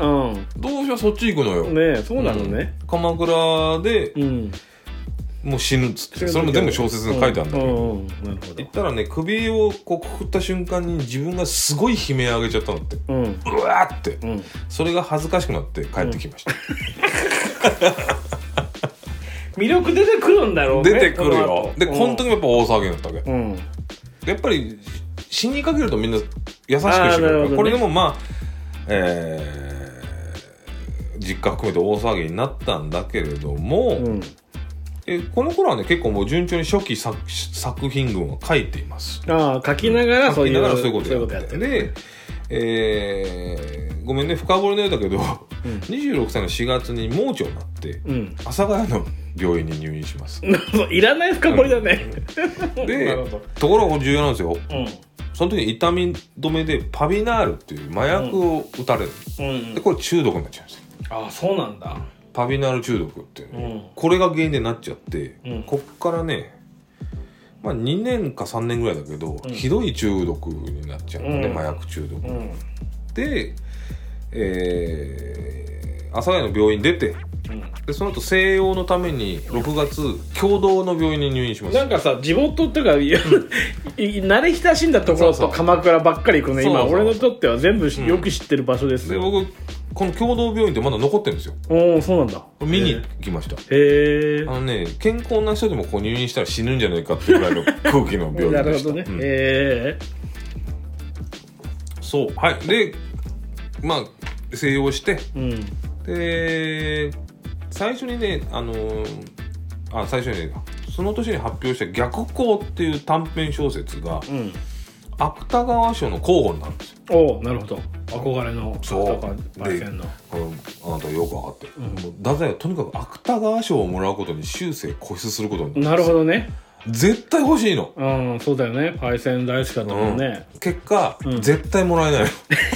どうしようそっち行くのよね。そうなのね、 うん、鎌倉で、うん、もう死ぬっつってそれも全部小説に書いてあるんだけど、うんうん、なるほど。言ったらね首をこうくくった瞬間に自分がすごい悲鳴上げちゃったのって、うん、うわーって、うん、それが恥ずかしくなって帰ってきました、 うん魅力出てくるんだろうね。 出てくるよ。で、うん、この時もやっぱ大騒ぎになったわけ、うん、やっぱり死にかけるとみんな優しくしてくれるから、ね、これでもまあ、えー、実家含めて大騒ぎになったんだけれども、うん、えこの頃はね結構もう順調に初期 作, 作品群を書いています。 ああ書きながらそういうことやってで、えー、ごめんね深掘りのようだけど、うん、にじゅうろくさいのしがつに盲腸になって、うん、阿佐ヶ谷の病院に入院しますいらない深掘りだね、 うん、でところが重要なんですよ、うん、その時に痛み止めでパビナールっていう麻薬を打たれる、うん、でこれ中毒になっちゃうんですよ。 ああそうなんだ。 パビナール中毒っていう、ねうん、これが原因でなっちゃって、うん、こっからねまあ、にねんかさんねんぐらいだけど、うん、ひどい中毒になっちゃうんだね、うん、麻薬中毒、うん、で、えー、阿佐ヶ谷の病院出て、うん、でその後静養のためにろくがつ共同の病院に入院します。 なんかさ地元っていうか慣れ親しんだところと鎌倉ばっかり行くね。今俺にとっては全部よく知ってる場所です、 うん、で僕この共同病院ってまだ残ってるんですよ。 おお、そうなんだ。 見に行きました。 へえ。 あのね、健康な人でもこう入院したら死ぬんじゃないかっていうぐらいの空気の病院でした。なるほどね。うん、へえ。そうはいでまあ静養して、うん、で最初にねあのー、あ最初にねその年に発表した逆光っていう短編小説が、うん、芥川賞の候補になるんですよ。 おお、なるほど。憧れの芥川大変のあなたよく分かってる、うん、もう太宰はとにかく芥川賞をもらうことに終生固執することになるんですよ。 なるほどね。 絶対欲しいの。 うん、そうだよね。パイセン大好きだったもんね、 うん、結果、うん、絶対もらえないの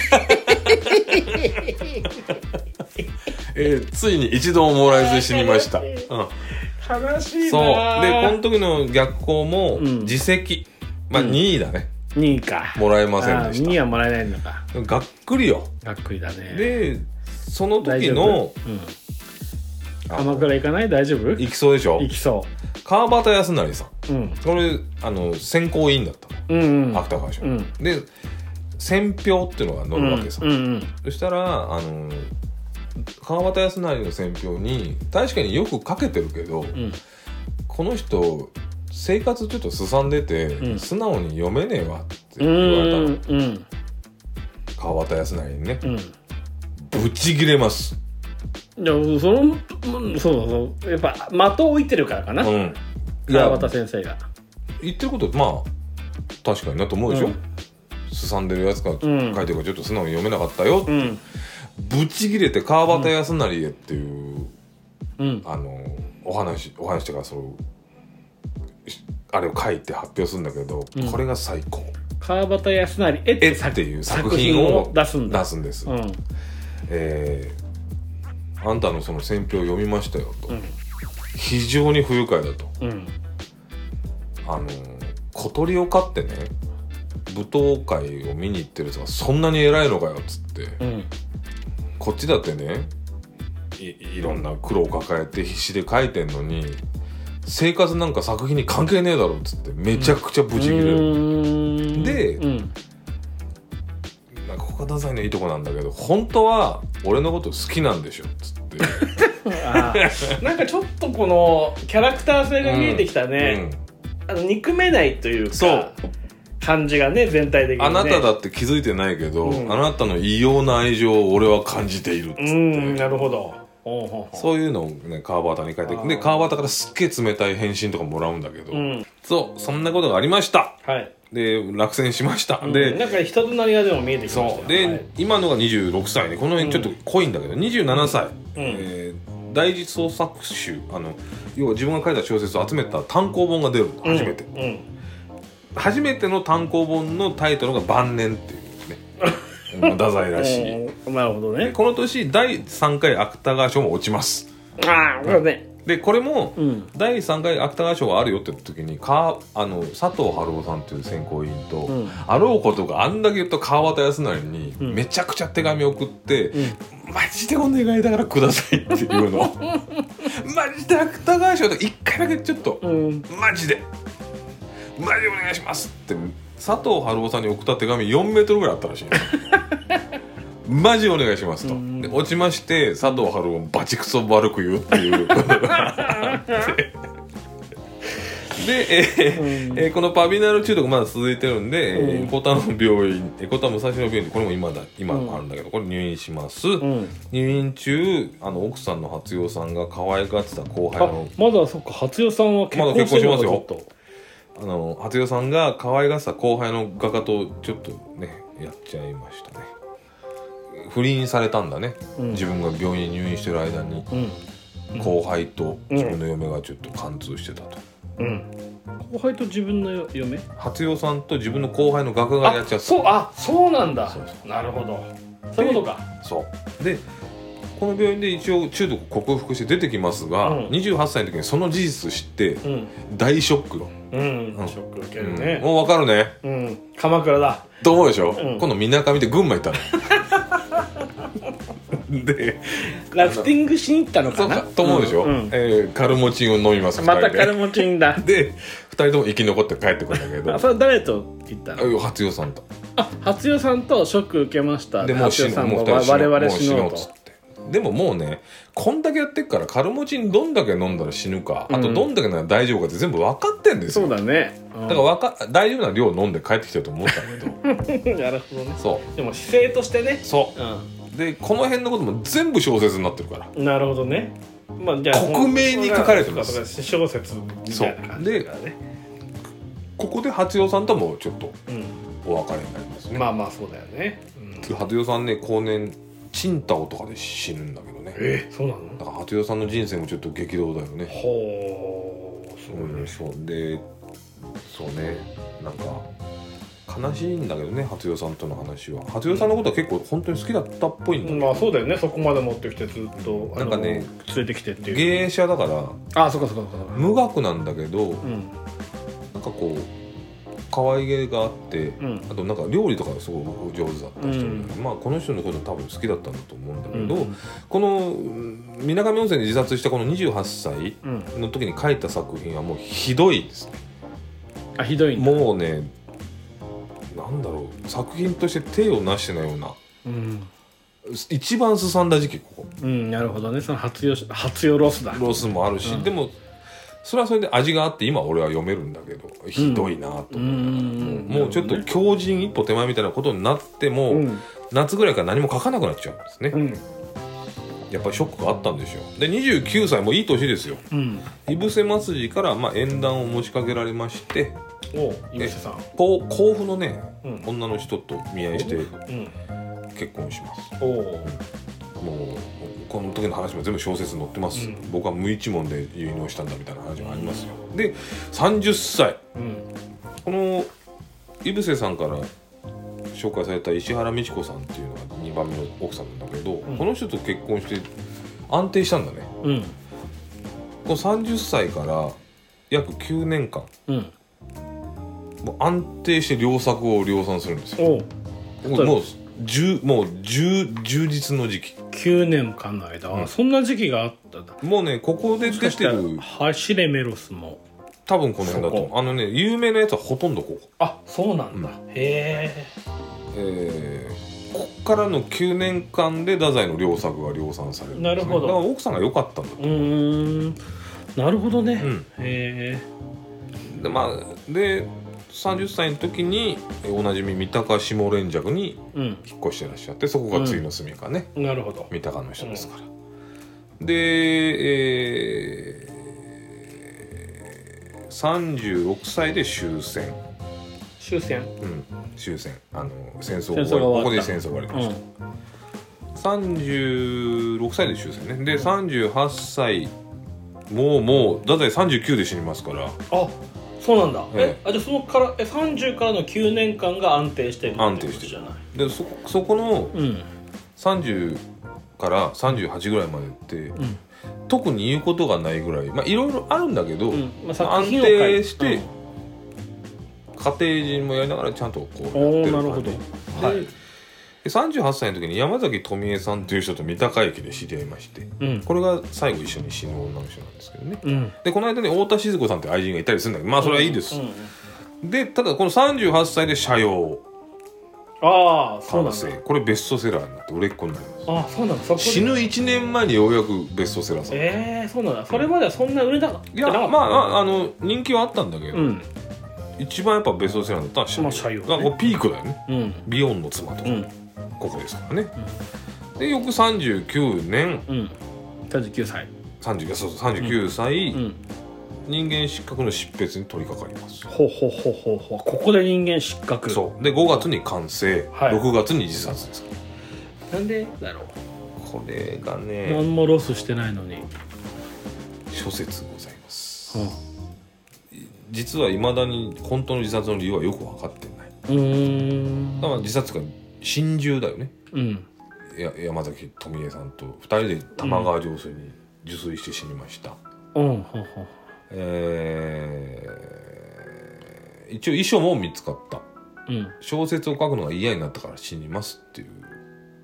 えー、ついに一度ももらえずに死にました、うん、 悲しいな。 そうでこの時の逆光も自責、うん、まあにいだね、 にいかもらえませんでした。 にいはもらえないのか。 がっくりよ。 がっくりだね。 でその時の、 うん、鎌倉行かない？大丈夫？ 行きそうでしょ。 行きそう。 川端康成さん、うん、これあの選考委員だったの、うんうん、芥川賞、うん、で選評っていうのが載るわけさ、うんうんうん、そしたらあの川端康成の選評に確かによく書けてるけど、うん、この人生活ちょっとすさんでて、うん、素直に読めねえわって言われたの、うんうん、川端康成にね、うん、ぶち切れます。 いやそのそうそうやっぱ的を置いてるからかな、うん、川端先生が言ってることまあ確かになと思うでしょ、うん、すさんでるやつが書いてるからちょっと素直に読めなかったよ、うん、ぶち切れて川端康成へっていう、うん、あのお話お話とかそうあれを書いて発表するんだけど、うん、これが最高。 川端康成へっていう作品を出すんだ出すんです、うん、えーあんたのその選評を読みましたよと、うん、非常に不愉快だと、うん、あの小鳥を飼ってね舞踏会を見に行ってるやつがそんなに偉いのかよっつって、うん、こっちだってね い, いろんな苦労を抱えて必死で書いてんのに生活なんか作品に関係ねえだろっつってめちゃくちゃブチ切れる、うん、で、うん、なんかここが太宰のいいとこなんだけど本当は俺のこと好きなんでしょっつってあなんかちょっとこのキャラクター性が見えてきたね、うんうん、あの憎めないというかそう感じがね全体的にね。 あなただって気づいてないけど、うん、あなたの異様な愛情を俺は感じているっつって、うん、 なるほど。おうほうほうそういうのをね川端に書いてで川端からすっげえ冷たい返信とかもらうんだけど、うん、そうそんなことがありました、はい、で落選しました、うん、でなんか人となりがでも見えてきました。 そうで、はい、今のがにじゅうろくさいでこの辺ちょっと濃いんだけど、うん、にじゅうななさい、うんえー、大実創作集あの要は自分が書いた小説を集めた単行本が出るの初めて、うんうん、初めての単行本のタイトルが晩年っていうね太宰らしいなるほどね。 この年だいさんかい芥川賞も落ちます。 ああこれねでこれも、うん、だいさんかい芥川賞があるよって時にかあの佐藤春夫さんという選考委員と、うん、あろうことがあんだけ言った川端康成にめちゃくちゃ手紙送って、うん、マジでお願いだからくださいっていうのマジで芥川賞でいっかいだけちょっと、うん、マジでマジでお願いしますって佐藤春夫さんに送った手紙よんメートルぐらいあったらしいマジお願いしますと、うん、で落ちまして佐藤春夫バチクソ悪く言うっていうことがあってで、えーうんえー、このパビナル中毒まだ続いてるんで、うん、エコタの病院エコタ武蔵野病院これも今だ今あるんだけど、これ入院します、うん、入院中あの奥さんの初代さんが可愛がってた後輩のまだそっか初代さんは結婚してるのかちょっとあの初代さんが可愛がってた後輩の画家とちょっとねやっちゃいましたね。不倫されたんだね、うん、自分が病院に入院してる間に、うん、後輩と自分の嫁がちょっと貫通してたと、うん、 後輩と自分の嫁初代さんと自分の後輩の画家がやっちゃった。 そうあそうなんだ。そうそうなるほどそういうことか。 そうでこの病院で一応中毒克服して出てきますが、うん、にじゅうはっさいの時にその事実知って、うん、大ショックよ、 うんうん、ショック受けるね、 うん、もう分かるね、 うん、鎌倉だと思うでしょ、うん、今度みなかみで群馬行ったのでラフティングしに行ったのかなと思うでしょ、うんうん、えー、カルモチンを飲みます。 またカルモチンだ。 でふたりとも生き残って帰ってくるんだけどあ、それ誰と行ったの？ 初代さんと。 あ、初代さんとショック受けました。 でもう初代さんも我 々死のうと。 でももうね、こんだけやってっからカルモチンどんだけ飲んだら死ぬか、うん、あとどんだけなら大丈夫かって全部分かってんですよ。 そうだね、 うん、だからわか大丈夫な量飲んで帰ってきてると思ったけどなるほどね。 そうでも姿勢としてね。 そう、うん、でこの辺のことも全部小説になってるから。 なるほどね。まあ、じゃあ克明に書かれてます。 小説みたいな感じだからね。でここで初代さんともちょっとお別れになりますね、 うん、まあまあそうだよね、 うん、初代さんね後年チンタオとかで死ぬんだけどね。 えー、そうなの？ だから初代さんの人生もちょっと激動だよね。 ほー、すごいね、 うん、そうでそうね、なんか悲しいんだけどね、初代さんとの話は。初代さんのことは結構本当に好きだったっぽいんだけど、 まあそうだよね、そこまで持ってきてずっとなんかね連れてきてっていう芸者だから。 あ、そっかそっかそっか。 無学なんだけど、うん、なんかこう可愛げがあって、うん、あとなんか料理とかすごく上手だった人、うん、まあこの人のこと多分好きだったんだと思うんだけど、うん、この水上温泉で自殺したこのにじゅうはっさいの時に書いた作品はもうひどいですね。 あ、ひどいんだ。もうね、なんだろう、作品として手をなしてないような、うん、一番すさんだ時期ここ。 うん、なるほどね。その初夜初夜ロスだ。 ロスもあるし、うん、でもそれはそれで味があって今俺は読めるんだけど、ひどいなと思う、うん、もうちょっと強靭一歩手前みたいなことになっても、うん、夏ぐらいから何も書かなくなっちゃうんですね、うん、やっぱりショックがあったんですよ。でにじゅうきゅうさいもいい年ですよ、うん、井伏松次からまあ縁談を持ちかけられまして、 お井伏さん甲府のね、うん、女の人と見合いして結婚します、うん、おもうこの時の話も全部小説に載ってます、うん、僕は無一文で結納したんだみたいな話がありますよ、うん、でさんじゅっさい、うん、この井伏さんから紹介された石原美智子さんっていうのがにばんめの奥さんなんだけど、うん、この人と結婚して安定したんだね、うん、このさんじゅっさいから約きゅうねんかん、うん、もう安定して良作を量産するんですよ。もうもう充実の時期きゅうねんかんの間、うん、そんな時期があったんだ。 もうねここで出てる走れメロスも多分この辺だとあのね有名なやつはほとんどここ。 あ、そうなんだ、うん、へええー、こっからのきゅうねんかんで太宰の良作が量産されるんですね。 なるほど。 だから奥さんが良かったんだと。うーん、なるほどね、うん、へえでまあでさんじゅっさいの時におなじみ三鷹下連雀に引っ越してらっしゃって、うん、そこが次の住みかね、 うん、なるほど。 三鷹の人ですから、うん、で、えー、さんじゅうろくさいで終戦終戦うん終戦あの戦争が終わりここで戦争終わりました、うん、さんじゅうろくさいで終戦ね。でさんじゅうはっさいもうもう太宰さんじゅうきゅうで死にますから。 あ、そうなんだ、ええ、あじゃあそのからえさんじゅうからのきゅうねんかんが安定してるって安定してるじゃない。で そ, そこのさんじゅうからさんじゅうはちぐらいまでって、うん、特に言うことがないぐらいまあいろいろあるんだけど、うんまあ、安定して、うん、家庭人もやりながらちゃんとこうやってる感じ。 なるほど。はいでさんじゅうはっさいの時に山崎富江さんという人と三鷹駅で知り合いまして、うん、これが最後一緒に死ぬ女の人なんですけどね、うん、でこの間に太田静子さんって愛人がいたりするんだけどまあそれはいいです、うんうん、でただこのさんじゅうはっさいで斜陽ああそうなんだ。 これベストセラーになって売れっ子になります。 ああそうなんだ。そこ死ぬいちねんまえにようやくベストセラーされた。 ええー、そうなんだ。それまではそんな売れなかった。 いやまああの人気はあったんだけど、うん、一番やっぱベストセラーだったのは斜陽、まあ、ね、ピークだよね、うん、ビヨンの妻とか、うんここですからね、うん、で翌さんじゅうきゅうねん、うん、 さんじゅうきゅうさいさんじゅうそうそうさんじゅうきゅうさい、うん、人間失格の執筆に取り掛かります。 ほうほうほうほうほうここで人間失格。 そうでごがつに完成、はい、ろくがつに自殺です。 なんでだろう。 これがね何もロスしてないのに諸説ございます、うん、実はいまだに本当の自殺の理由はよく分かってない。うーんだから自殺が心中だよね、うん、や山崎富江さんとふたりで玉川上水に受水して死にました、うんうんえー、一応遺書も見つかった、うん、小説を書くのが嫌になったから死にますっていう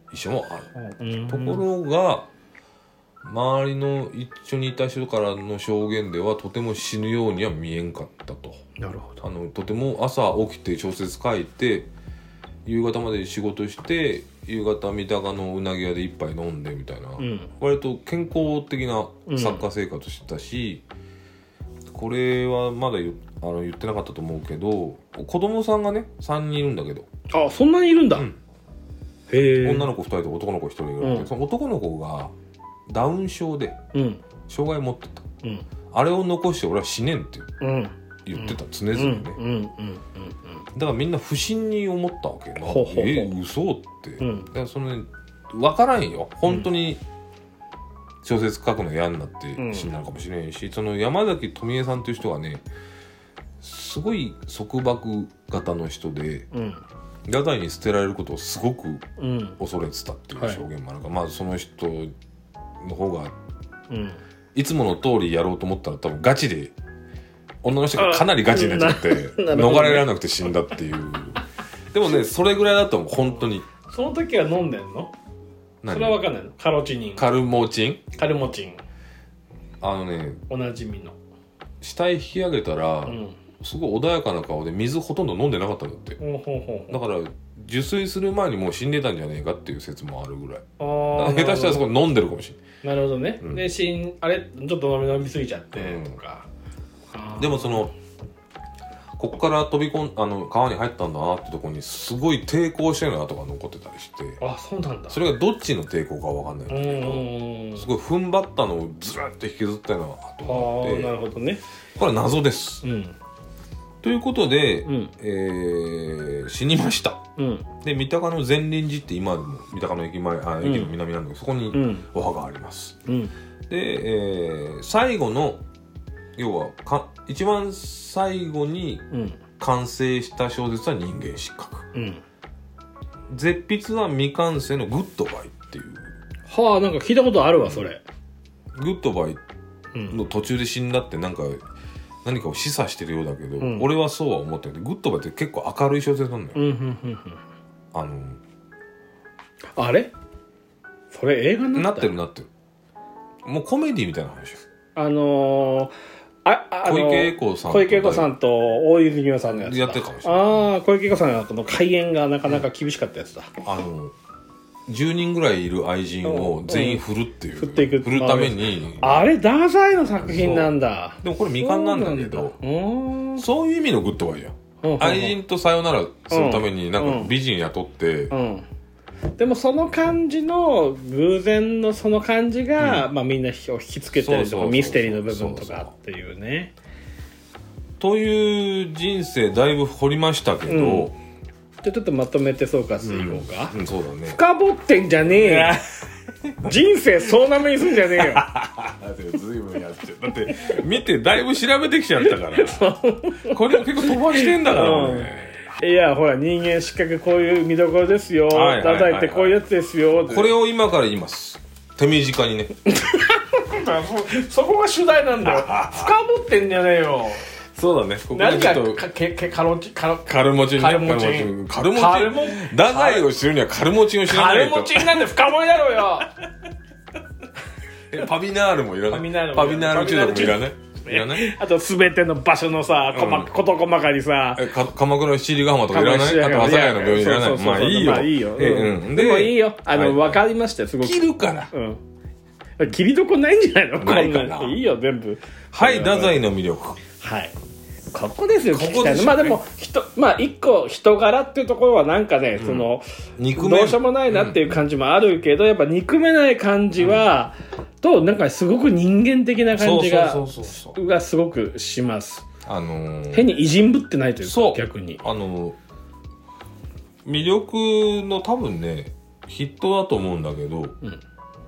医者もある、 うん、 ところが周りの一緒にいた人からの証言ではとても死ぬようには見えんかったと。 なるほど。 あのとても朝起きて小説書いて夕方まで仕事して夕方三鷹のうなぎ屋で一杯飲んでみたいな、うん、割と健康的な作家生活してたし、うん、これはまだ 言, あの言ってなかったと思うけど子供さんがねさんにんいるんだけど。 あ、そんなにいるんだ、うん、 へえ。女の子ふたりと男の子ひとりいるんで、うん、その男の子がダウン症で障害持ってた、うん、あれを残して俺は死ねんって言ってた、うん、常々ね、うんうんうんうん、だからみんな不審に思ったわけな。ほうほうほう、え嘘って、うん、だからその、ね、分からんよ本当に小説書くの嫌になって死んだのかもしれんし、うん、その山崎富江さんという人がねすごい束縛型の人で、うん、太宰に捨てられることをすごく恐れてたっていう証言もあるから、うん、まあその人の方が、うん、いつもの通りやろうと思ったら多分ガチで女の人がかなりガチになっちゃって逃れられなくて死んだっていうでもねそれぐらいだと思う本当に。 その時は飲んでんの？それは分かんないの？カロチニンカルモチンカルモチンあのねおなじみの死体引き上げたら、うん、すごい穏やかな顔で水ほとんど飲んでなかったんだって。ほうほうほう。だから受水する前にもう死んでたんじゃねえかっていう説もあるぐらい。あ下手したらそこ飲んでるかもしれない。 なるほどね、うん、で死んあれちょっと飲み飲みすぎちゃってとか、 うん、でもそのここから飛び込んあの川に入ったんだなってところにすごい抵抗してる跡が残ってたりして。 あ、そうなんだ。 それがどっちの抵抗かわかんないんだけどすごい踏ん張ったのをずらっと引きずったような跡があって。 あ、なるほどね。 これは謎です、うん、ということで、うん、えー、死にました、うん、で三鷹の善林寺って今でも三鷹の駅前あ駅の南なんだけど、うん、そこにお墓があります、うん、で、えー、最後の要はか一番最後に完成した小説は人間失格、うん、絶筆は未完成のグッドバイっていう。 はあ、なんか聞いたことあるわそれ。 グッドバイの途中で死んだってなんか何かを示唆してるようだけど、うん、俺はそうは思ってなくて、グッドバイって結構明るい小説なんだよ、うんうんうんうん、あのあれそれ映画になったなってるなってるもうコメディみたいな話。 あのー、ああのー、 小池栄子さん小池栄子さんと大泉洋さんのやつだ。 やってるかもしれない。 ああ、小池栄子さんのこの開演がなかなか厳しかったやつだ、うん、 あのじゅうにんぐらいいる愛人を全員振るっていう、うん、 振っていく振るためにあれ太宰の作品なんだ。 でもこれ未完なんだけど、そういう意味のグッドバイや、うん、愛人とさよならするためになんか美人雇って、うんうん、でもその感じの偶然のその感じが、うん、まあ、みんなを引きつけたりとかミステリーの部分とかっていうね。 という人生だいぶ掘りましたけど、うん、 じゃちょっとまとめて総括していこうか、 うんうん、そうだね。 深掘ってんじゃねえよ人生そうなめにすんじゃねえよだってずいぶんやっちゃう。だって見てだいぶ調べてきちゃったからこれ結構飛ばしてんだから、うん、 いやほら人間失格こういう見どころですよ、太宰ってこういうやつですよ。 これを今から言います。手短にねそ, そこが主題なんだよ深掘ってんじゃねえよ。 そうだね。ここ何かかけけカロチカルカルモチンね。カルモチン。カルモチン。カルモ太宰を知るにはカルモチンを知らないと。 カルモチンなんで深掘りだろうよえパビナールもいらない。パビナール、パビナール中毒もいらない。いらない。 あと全ての場所のさ、うん、事細かにさ、 えか鎌倉の七里ヶ浜とかいらない。あと阿佐ヶ谷の病院いらない。まあいいよ。まあいいよ。 えうん。でもいいよ。あのわ、はい、かりましたよすごく。 切るから。 うん。切りどこないんじゃないの？ ないかな。 いいよ全部。 はい、太宰の魅力。 はい。ここですよ、聞きたいの。まあでも人まあ一個人柄っていうところはなんかね、うん、その憎めどうしようもないなっていう感じもあるけど、うん、やっぱ憎めない感じは、うん、となんかすごく人間的な感じががすごくします。あのー、変に偉人ぶってないというか、そう逆にあのー、魅力の多分ね筆頭だと思うんだけど、うん、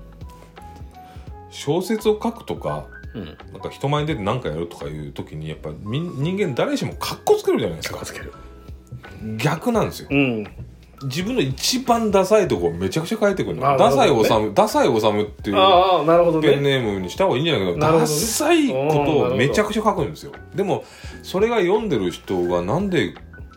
小説を書くとか。うん、なんか人前に出て何かやるとかいう時にやっぱ人間誰しもカッコつけるじゃないですか。 カッコつける。 逆なんですよ、うん、自分の一番ダサいところめちゃくちゃ書いてくるの。ダサいおさむダサいおさむっていうペンネームにした方がいいんじゃないかな。ダサいことをめちゃくちゃ書くんですよ。でもそれが読んでる人がなんで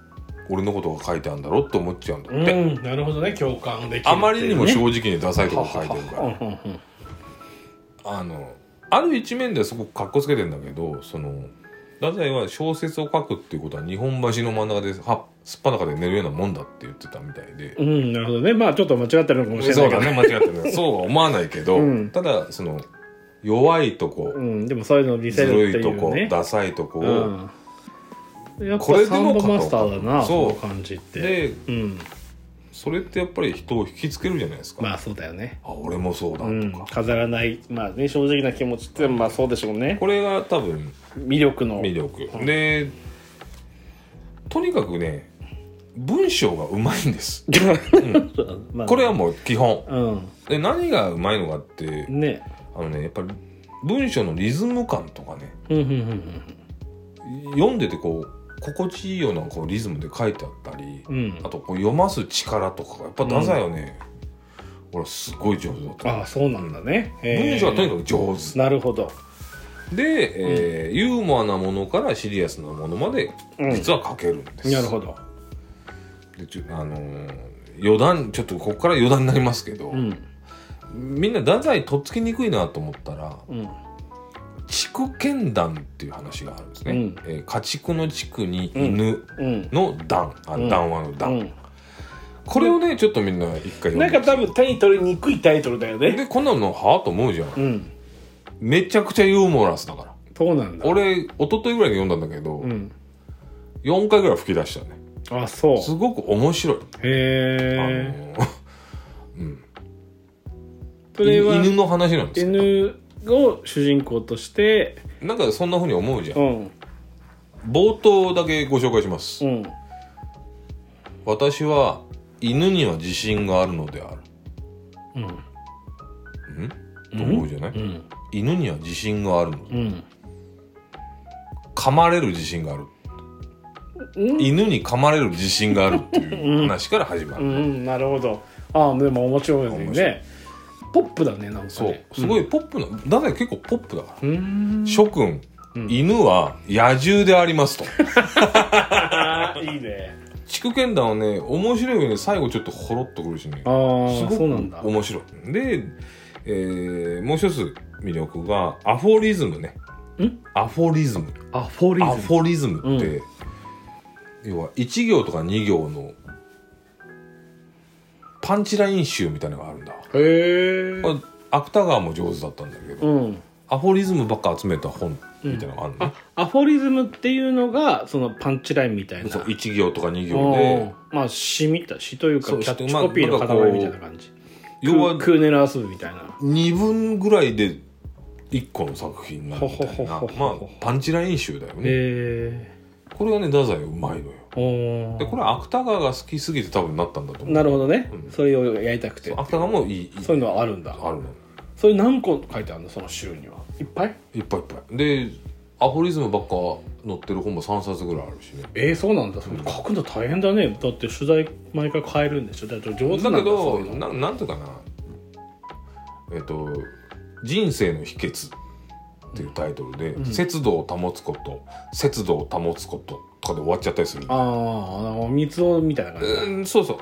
俺のことが書いてあるんだろうって思っちゃうんだって、 うん、なるほどね、共感できる、ね、 あまりにも正直にダサいとこ書いてるからあのある一面ではすごくかっこつけてるんだけど、その太宰は小説を書くっていうことは日本橋の真ん中ではすっぱ中で寝るようなもんだって言ってたみたいで、 うん、なるほどね。まあちょっと間違ってるのかもしれないけど、 そうだね、間違ってるそうは思わないけど、うん、ただその弱いとこ、 うん、でもそういうのを見せるっていうね、 ずるいとこ、ダサいとこを、 うん、やっぱサンボマスターだな、そうこの感じってで、 うん、 それってやっぱり人を引きつけるじゃないですか。 まあそうだよね。 あ、俺もそうだとか、うん、 飾らない、まあね、正直な気持ちってまあそうでしょうね。 これが多分魅力の魅力、うん、でとにかくね文章がうまいんです、うんまあ、これはもう基本、うん、で何がうまいのかってね、あのねやっぱり文章のリズム感とかね、うんうんうんうん、読んでてこう心地いいようなこうリズムで書いてあったり、うん、あとこう読ます力とかがやっぱ太宰はね、うん、俺すごい上手だった。 ああ、そうなんだね。 文章はとにかく上手。 なるほど。 で、えーうん、ユーモアなものからシリアスなものまで実は書けるんです、 うん、なるほど。 でちょ、あのー、余談ちょっとここから余談になりますけど、うん、みんな太宰とっつきにくいなと思ったら、うん、畜犬団っていう話があるんですね、うん、えー、家畜の畜に犬の団、うん、あの談話の団、うん、これをねちょっとみんな一回読んで、 なんか多分手に取りにくいタイトルだよね。 でこんなのはぁと思うじゃん、うん、めちゃくちゃユーモラスだから。 そうなんだ。 俺一昨日ぐらいに読んだんだけど、うん、よんかいぐらい吹き出したね。 あ、そう。 すごく面白い。へえ。あのうん。それは犬の話なんですよ。 犬を主人公としてなんかそんな風に思うじゃん、うん、冒頭だけご紹介します、うん、私は犬には自信があるのである、うん、うん、と思うじゃない、うん、犬には自信があるので、うん、噛まれる自信がある、うん、犬に噛まれる自信があるっていう話から始まる、 うんうん、なるほど。ああ、でも面白いですね。ポップだね、なんかね。 そうすごいポップな、うん、だから結構ポップだから。諸君、うん、犬は野獣でありますといいね。 畜犬団はね面白いよね。最後ちょっとほろっとくるしね、 あー、すごくそうなんだ、 面白いで、えー、もう一つ魅力がアフォリズムね。んアフォリズムアフォリズムアフォリズムって、うん、要はいち行とかに行のパンチライン集みたいなのがあるんだ。へえ。芥川も上手だったんだけど、うん、アフォリズムばっか集めた本みたいなのがあるの、ね、 うん、アフォリズムっていうのがそのパンチラインみたいな。 そう、いち行とかに行で、 まあ詩みたい、詩というかキャッチコピーの塊みたいな感じ、まあ、要はクーネラースみたいなにぶんぐらいでいっこの作品になるみたいな、まあパンチライン集だよね。へー。これがね太宰うまいのよ。でこれは芥川が好きすぎて多分なったんだと思う。 なるほどね、うん、それをやりたくて。 芥川もいい、 そういうのはあるんだ。 あるの。 それ何個書いてあるのその週には。いっぱいいっぱいいっぱいでアフォリズムばっか載ってる本もさんさつぐらいあるしね。 えー、そうなんだ。それ書くの大変だね。だって取材毎回変えるんでしょ。だって上手なんだ。 だけどな、なんていうかな、えっと人生の秘訣っていうタイトルで、うん、節度を保つこと節度を保つこととかで終わっちゃったりする。 ああ、三つ男みたいな感じ、 うん、そうそう。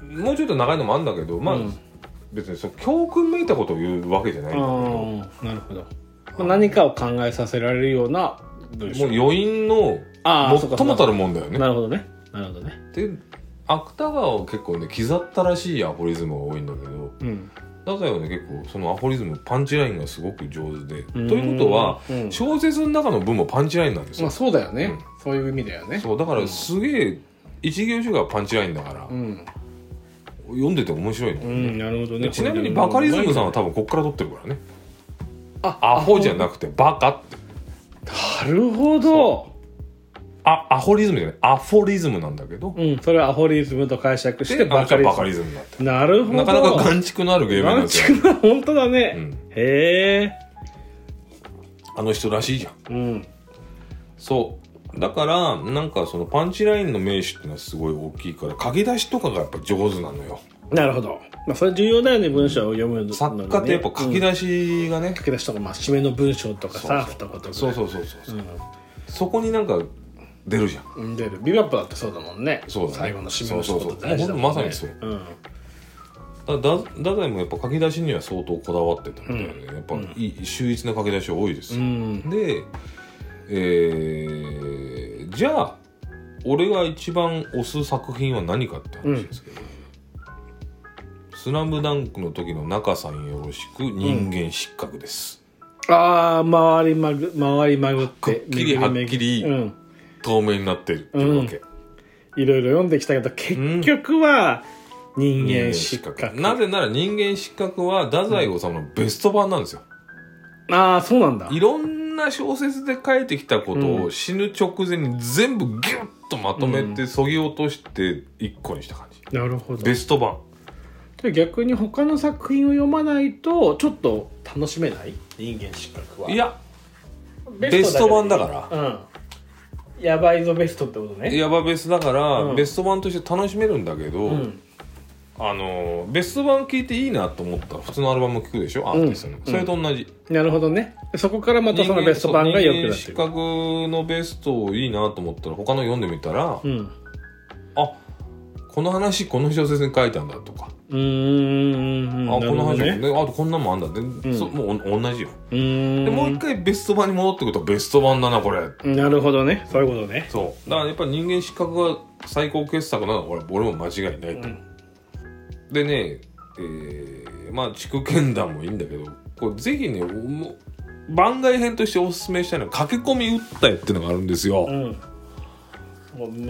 もうちょっと長いのもあるんだけど、まあ、うん、別にその教訓めいたことを言うわけじゃないんだけど。 なるほど。まあ、何かを考えさせられるような文章。 もう余韻の最もたるもんだよね。 なるほどね。なるほどね。 で芥川は結構ね刻ったらしいアフォリズムが多いんだけど、うん、太宰はね結構そのアフォリズムパンチラインがすごく上手で、ということは、うん、小説の中の文もパンチラインなんですよ。 まあそうだよね、うん、そういう意味だよね。 そうだからすげえ一行種がパンチラインだから、うん、読んでて面白いの、ね、うん、なるほどね。ちなみにバカリズムさんは多分こっから取ってるからね。あ、アホじゃなくてバカって。 なるほど。 あ、アホリズムじゃない、アフォリズムなんだけど、 うん、それはアフォリズムと解釈してバカリズム。 バカリズムだって。 なるほど。 なかなか眼蓄のある芸名なんですよ。 眼蓄の本当だね、うん、へえ。 あの人らしいじゃん、うん、そうだからなんかそのパンチラインの名手っていうのはすごい大きいから書き出しとかがやっぱ上手なのよ。 なるほど、まあ、それ重要だよね、文章を読むの、ね、 作家ってやっぱ書き出しがね、うん、 書き出しとか、まあ、締めの文章とかさ、二言とか、 そうそうそうそうそう、うん、そこになんか出るじゃん。出る。ビブラップだってそうだもんね。 そうだね。 最後の締めの仕事って大事だもんね。そうそうそう。もうほんとまさにそう。うん。だ太宰もやっぱ書き出しには相当こだわってたみたいで、うん、やっぱいい秀逸な書き出し多いですよ。うん、で、えー、じゃあ俺が一番推す作品は何かって話ですけど、うん、スラムダンクの時の中さんよろしく人間失格です。 うん、ああ回りまぐ回りまぐってはっきりはっきり、うん、透明になってるっていうわけ。 うん、いろいろ読んできたけど結局は、うん、人間失格。 なぜなら人間失格は太宰治のベスト版なんですよ。 うん、ああそうなんだ。 いろんな小説で書いてきたことを死ぬ直前に全部ギュッとまとめてそぎ落として一個にした感じ。 なるほど。 ベスト版。 逆に他の作品を読まないとちょっと楽しめない？人間失格は。 いやベスト版だから。うん。 やばいぞベストってことね。 やばベスだから、うん、ベスト版として楽しめるんだけど、うん、あのベスト版聞いていいなと思ったら普通のアルバム聞くでしょ、アーティストの、うん、それと同じ、 うん、なるほどね。そこからまたそのベスト版が良くなってる。 人間失格のベストをいいなと思ったら他の読んでみたら、うん、あこの話この小説に書いたんだとか、うーん、あこの話、ね、あとこんなもんあんだって、うん、そもう同じよ。うーんでもう一回ベスト版に戻ってくるとベスト版だなこれ。 なるほどね、そういうことね。 そうだからやっぱり人間失格が最高傑作なのは俺、俺も間違いないと思う、うん、でね、えー、まあ築剣談もいいんだけど、これぜひね番外編としておすすめしたいのは駆け込み訴えっていうのがあるんですよ、うん、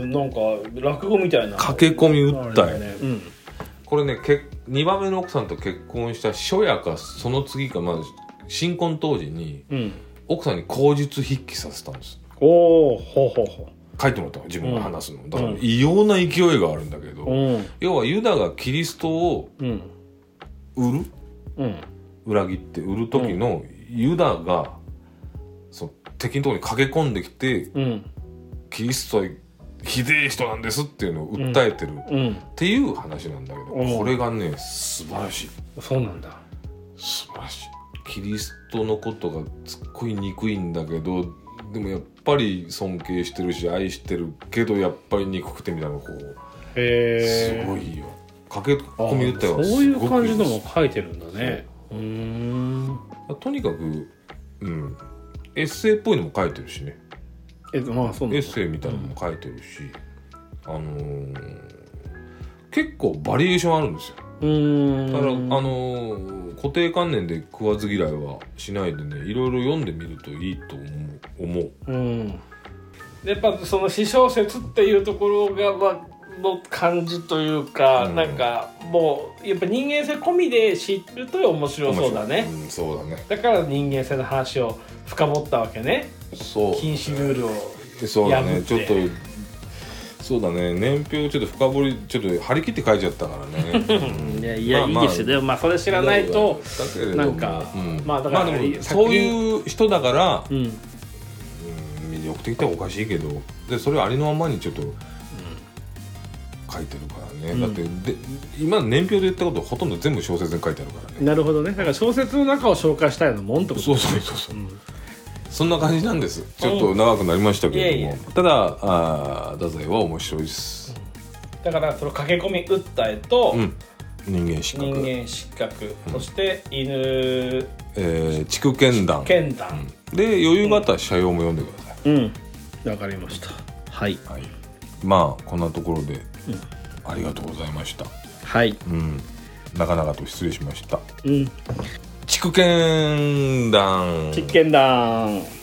なんか落語みたいな駆け込み訴え、ね、うん、これねにばんめの奥さんと結婚した初夜かその次か、まあ、新婚当時に、うん、奥さんに口述筆記させたんです。 おお、ほうほうほう。 書いてもらったの自分が話すの、うん、だから異様な勢いがあるんだけど、うん、要はユダがキリストを売る、うん、裏切って売る時のユダがその敵のところに駆け込んできて、うん、キリストはひでえ人なんですっていうのを訴えてる、うん、っていう話なんだけど、うん、これがね素晴らしい。 そうなんだ。 素晴らしい。キリストのことがすっごい憎いんだけどでもやっぱり尊敬してるし愛してるけどやっぱり憎くてみたいなこうへすごいよ。駆け込み訴えはすごくいいです。 そういう感じのも書いてるんだね。うーんとにかく、うん、エッセイっぽいのも書いてるしね。 え、まあ、そうなんだ。 エッセイみたいなのも書いてるし、うん、あのー、結構バリエーションあるんですよ。うーんだから、あのー、固定観念で食わず嫌いはしないでねいろいろ読んでみるといいと思う。思ううんやっぱその私小説っていうところが、まあの感じというか、うん、なんかもうやっぱ人間性込みで知ると面白そうだね、 うん、そうだね。 だから人間性の話を深掘ったわけね。そう禁止ルールを破って。 そうだねちょっとそうだね年表ちょっと深掘りちょっと張り切って書いちゃったからね、 うん、いやいや、まあ、いいですよ。でもまあそれ知らないとなんか、うん、まあだから、まあ、でもそういう人だから、うんうん、魅力的っておかしいけどでそれをありのままにちょっと書いてるからね、うん、だってで今年表で言ったことほとんど全部小説に書いてあるからね。 なるほどね。だから小説の中を紹介したいのもんってことですね。そうそうそうそう、うん、そんな感じなんです。ちょっと長くなりましたけれども、いやいやただあ太宰は面白いです、 うん、だからその駆け込み訴えと、うん、 人間失格人間失格、うん、そして犬えー、筑剣談剣談、 うん、で余裕があったら社用も読んでください。 うんわかりました。はい、はい、 まあこんなところで、うん、ありがとうございました。 はい、 うん、長々と失礼しました。うん、筑剣談筑剣談